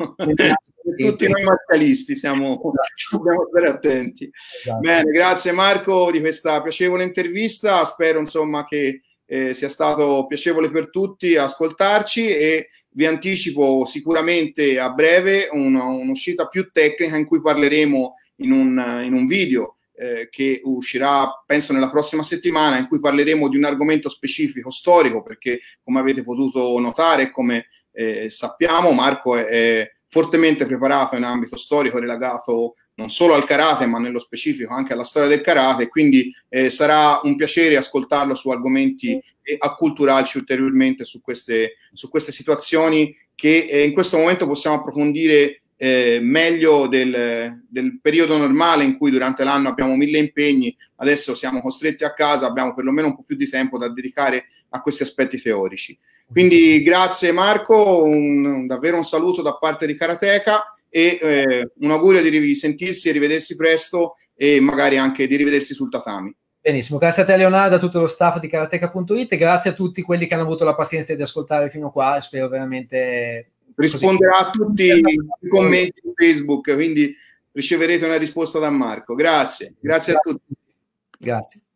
Tutti noi maschilisti siamo, dobbiamo stare attenti. Esatto. Bene, grazie Marco di questa piacevole intervista. Spero insomma che eh, sia stato piacevole per tutti ascoltarci e vi anticipo sicuramente a breve un'uscita più tecnica in cui parleremo in un, in un video eh, che uscirà penso nella prossima settimana, in cui parleremo di un argomento specifico storico, perché come avete potuto notare, come eh, sappiamo, Marco è, è fortemente preparato in ambito storico legato non solo al karate ma nello specifico anche alla storia del karate, quindi eh, sarà un piacere ascoltarlo su argomenti e acculturarci ulteriormente su queste, su queste situazioni che eh, in questo momento possiamo approfondire eh, meglio del, del periodo normale in cui durante l'anno abbiamo mille impegni, adesso siamo costretti a casa, abbiamo perlomeno un po' più di tempo da dedicare a questi aspetti teorici. Quindi grazie Marco, un, un, davvero un saluto da parte di Karateka e eh, un augurio di risentirsi e rivedersi presto e magari anche di rivedersi sul tatami. Benissimo, grazie a te Leonardo, a tutto lo staff di karateka punto it, grazie a tutti quelli che hanno avuto la pazienza di ascoltare fino a qua, spero veramente... Risponderà a tutti i commenti su Facebook, quindi riceverete una risposta da Marco. Grazie, grazie a tutti. Grazie.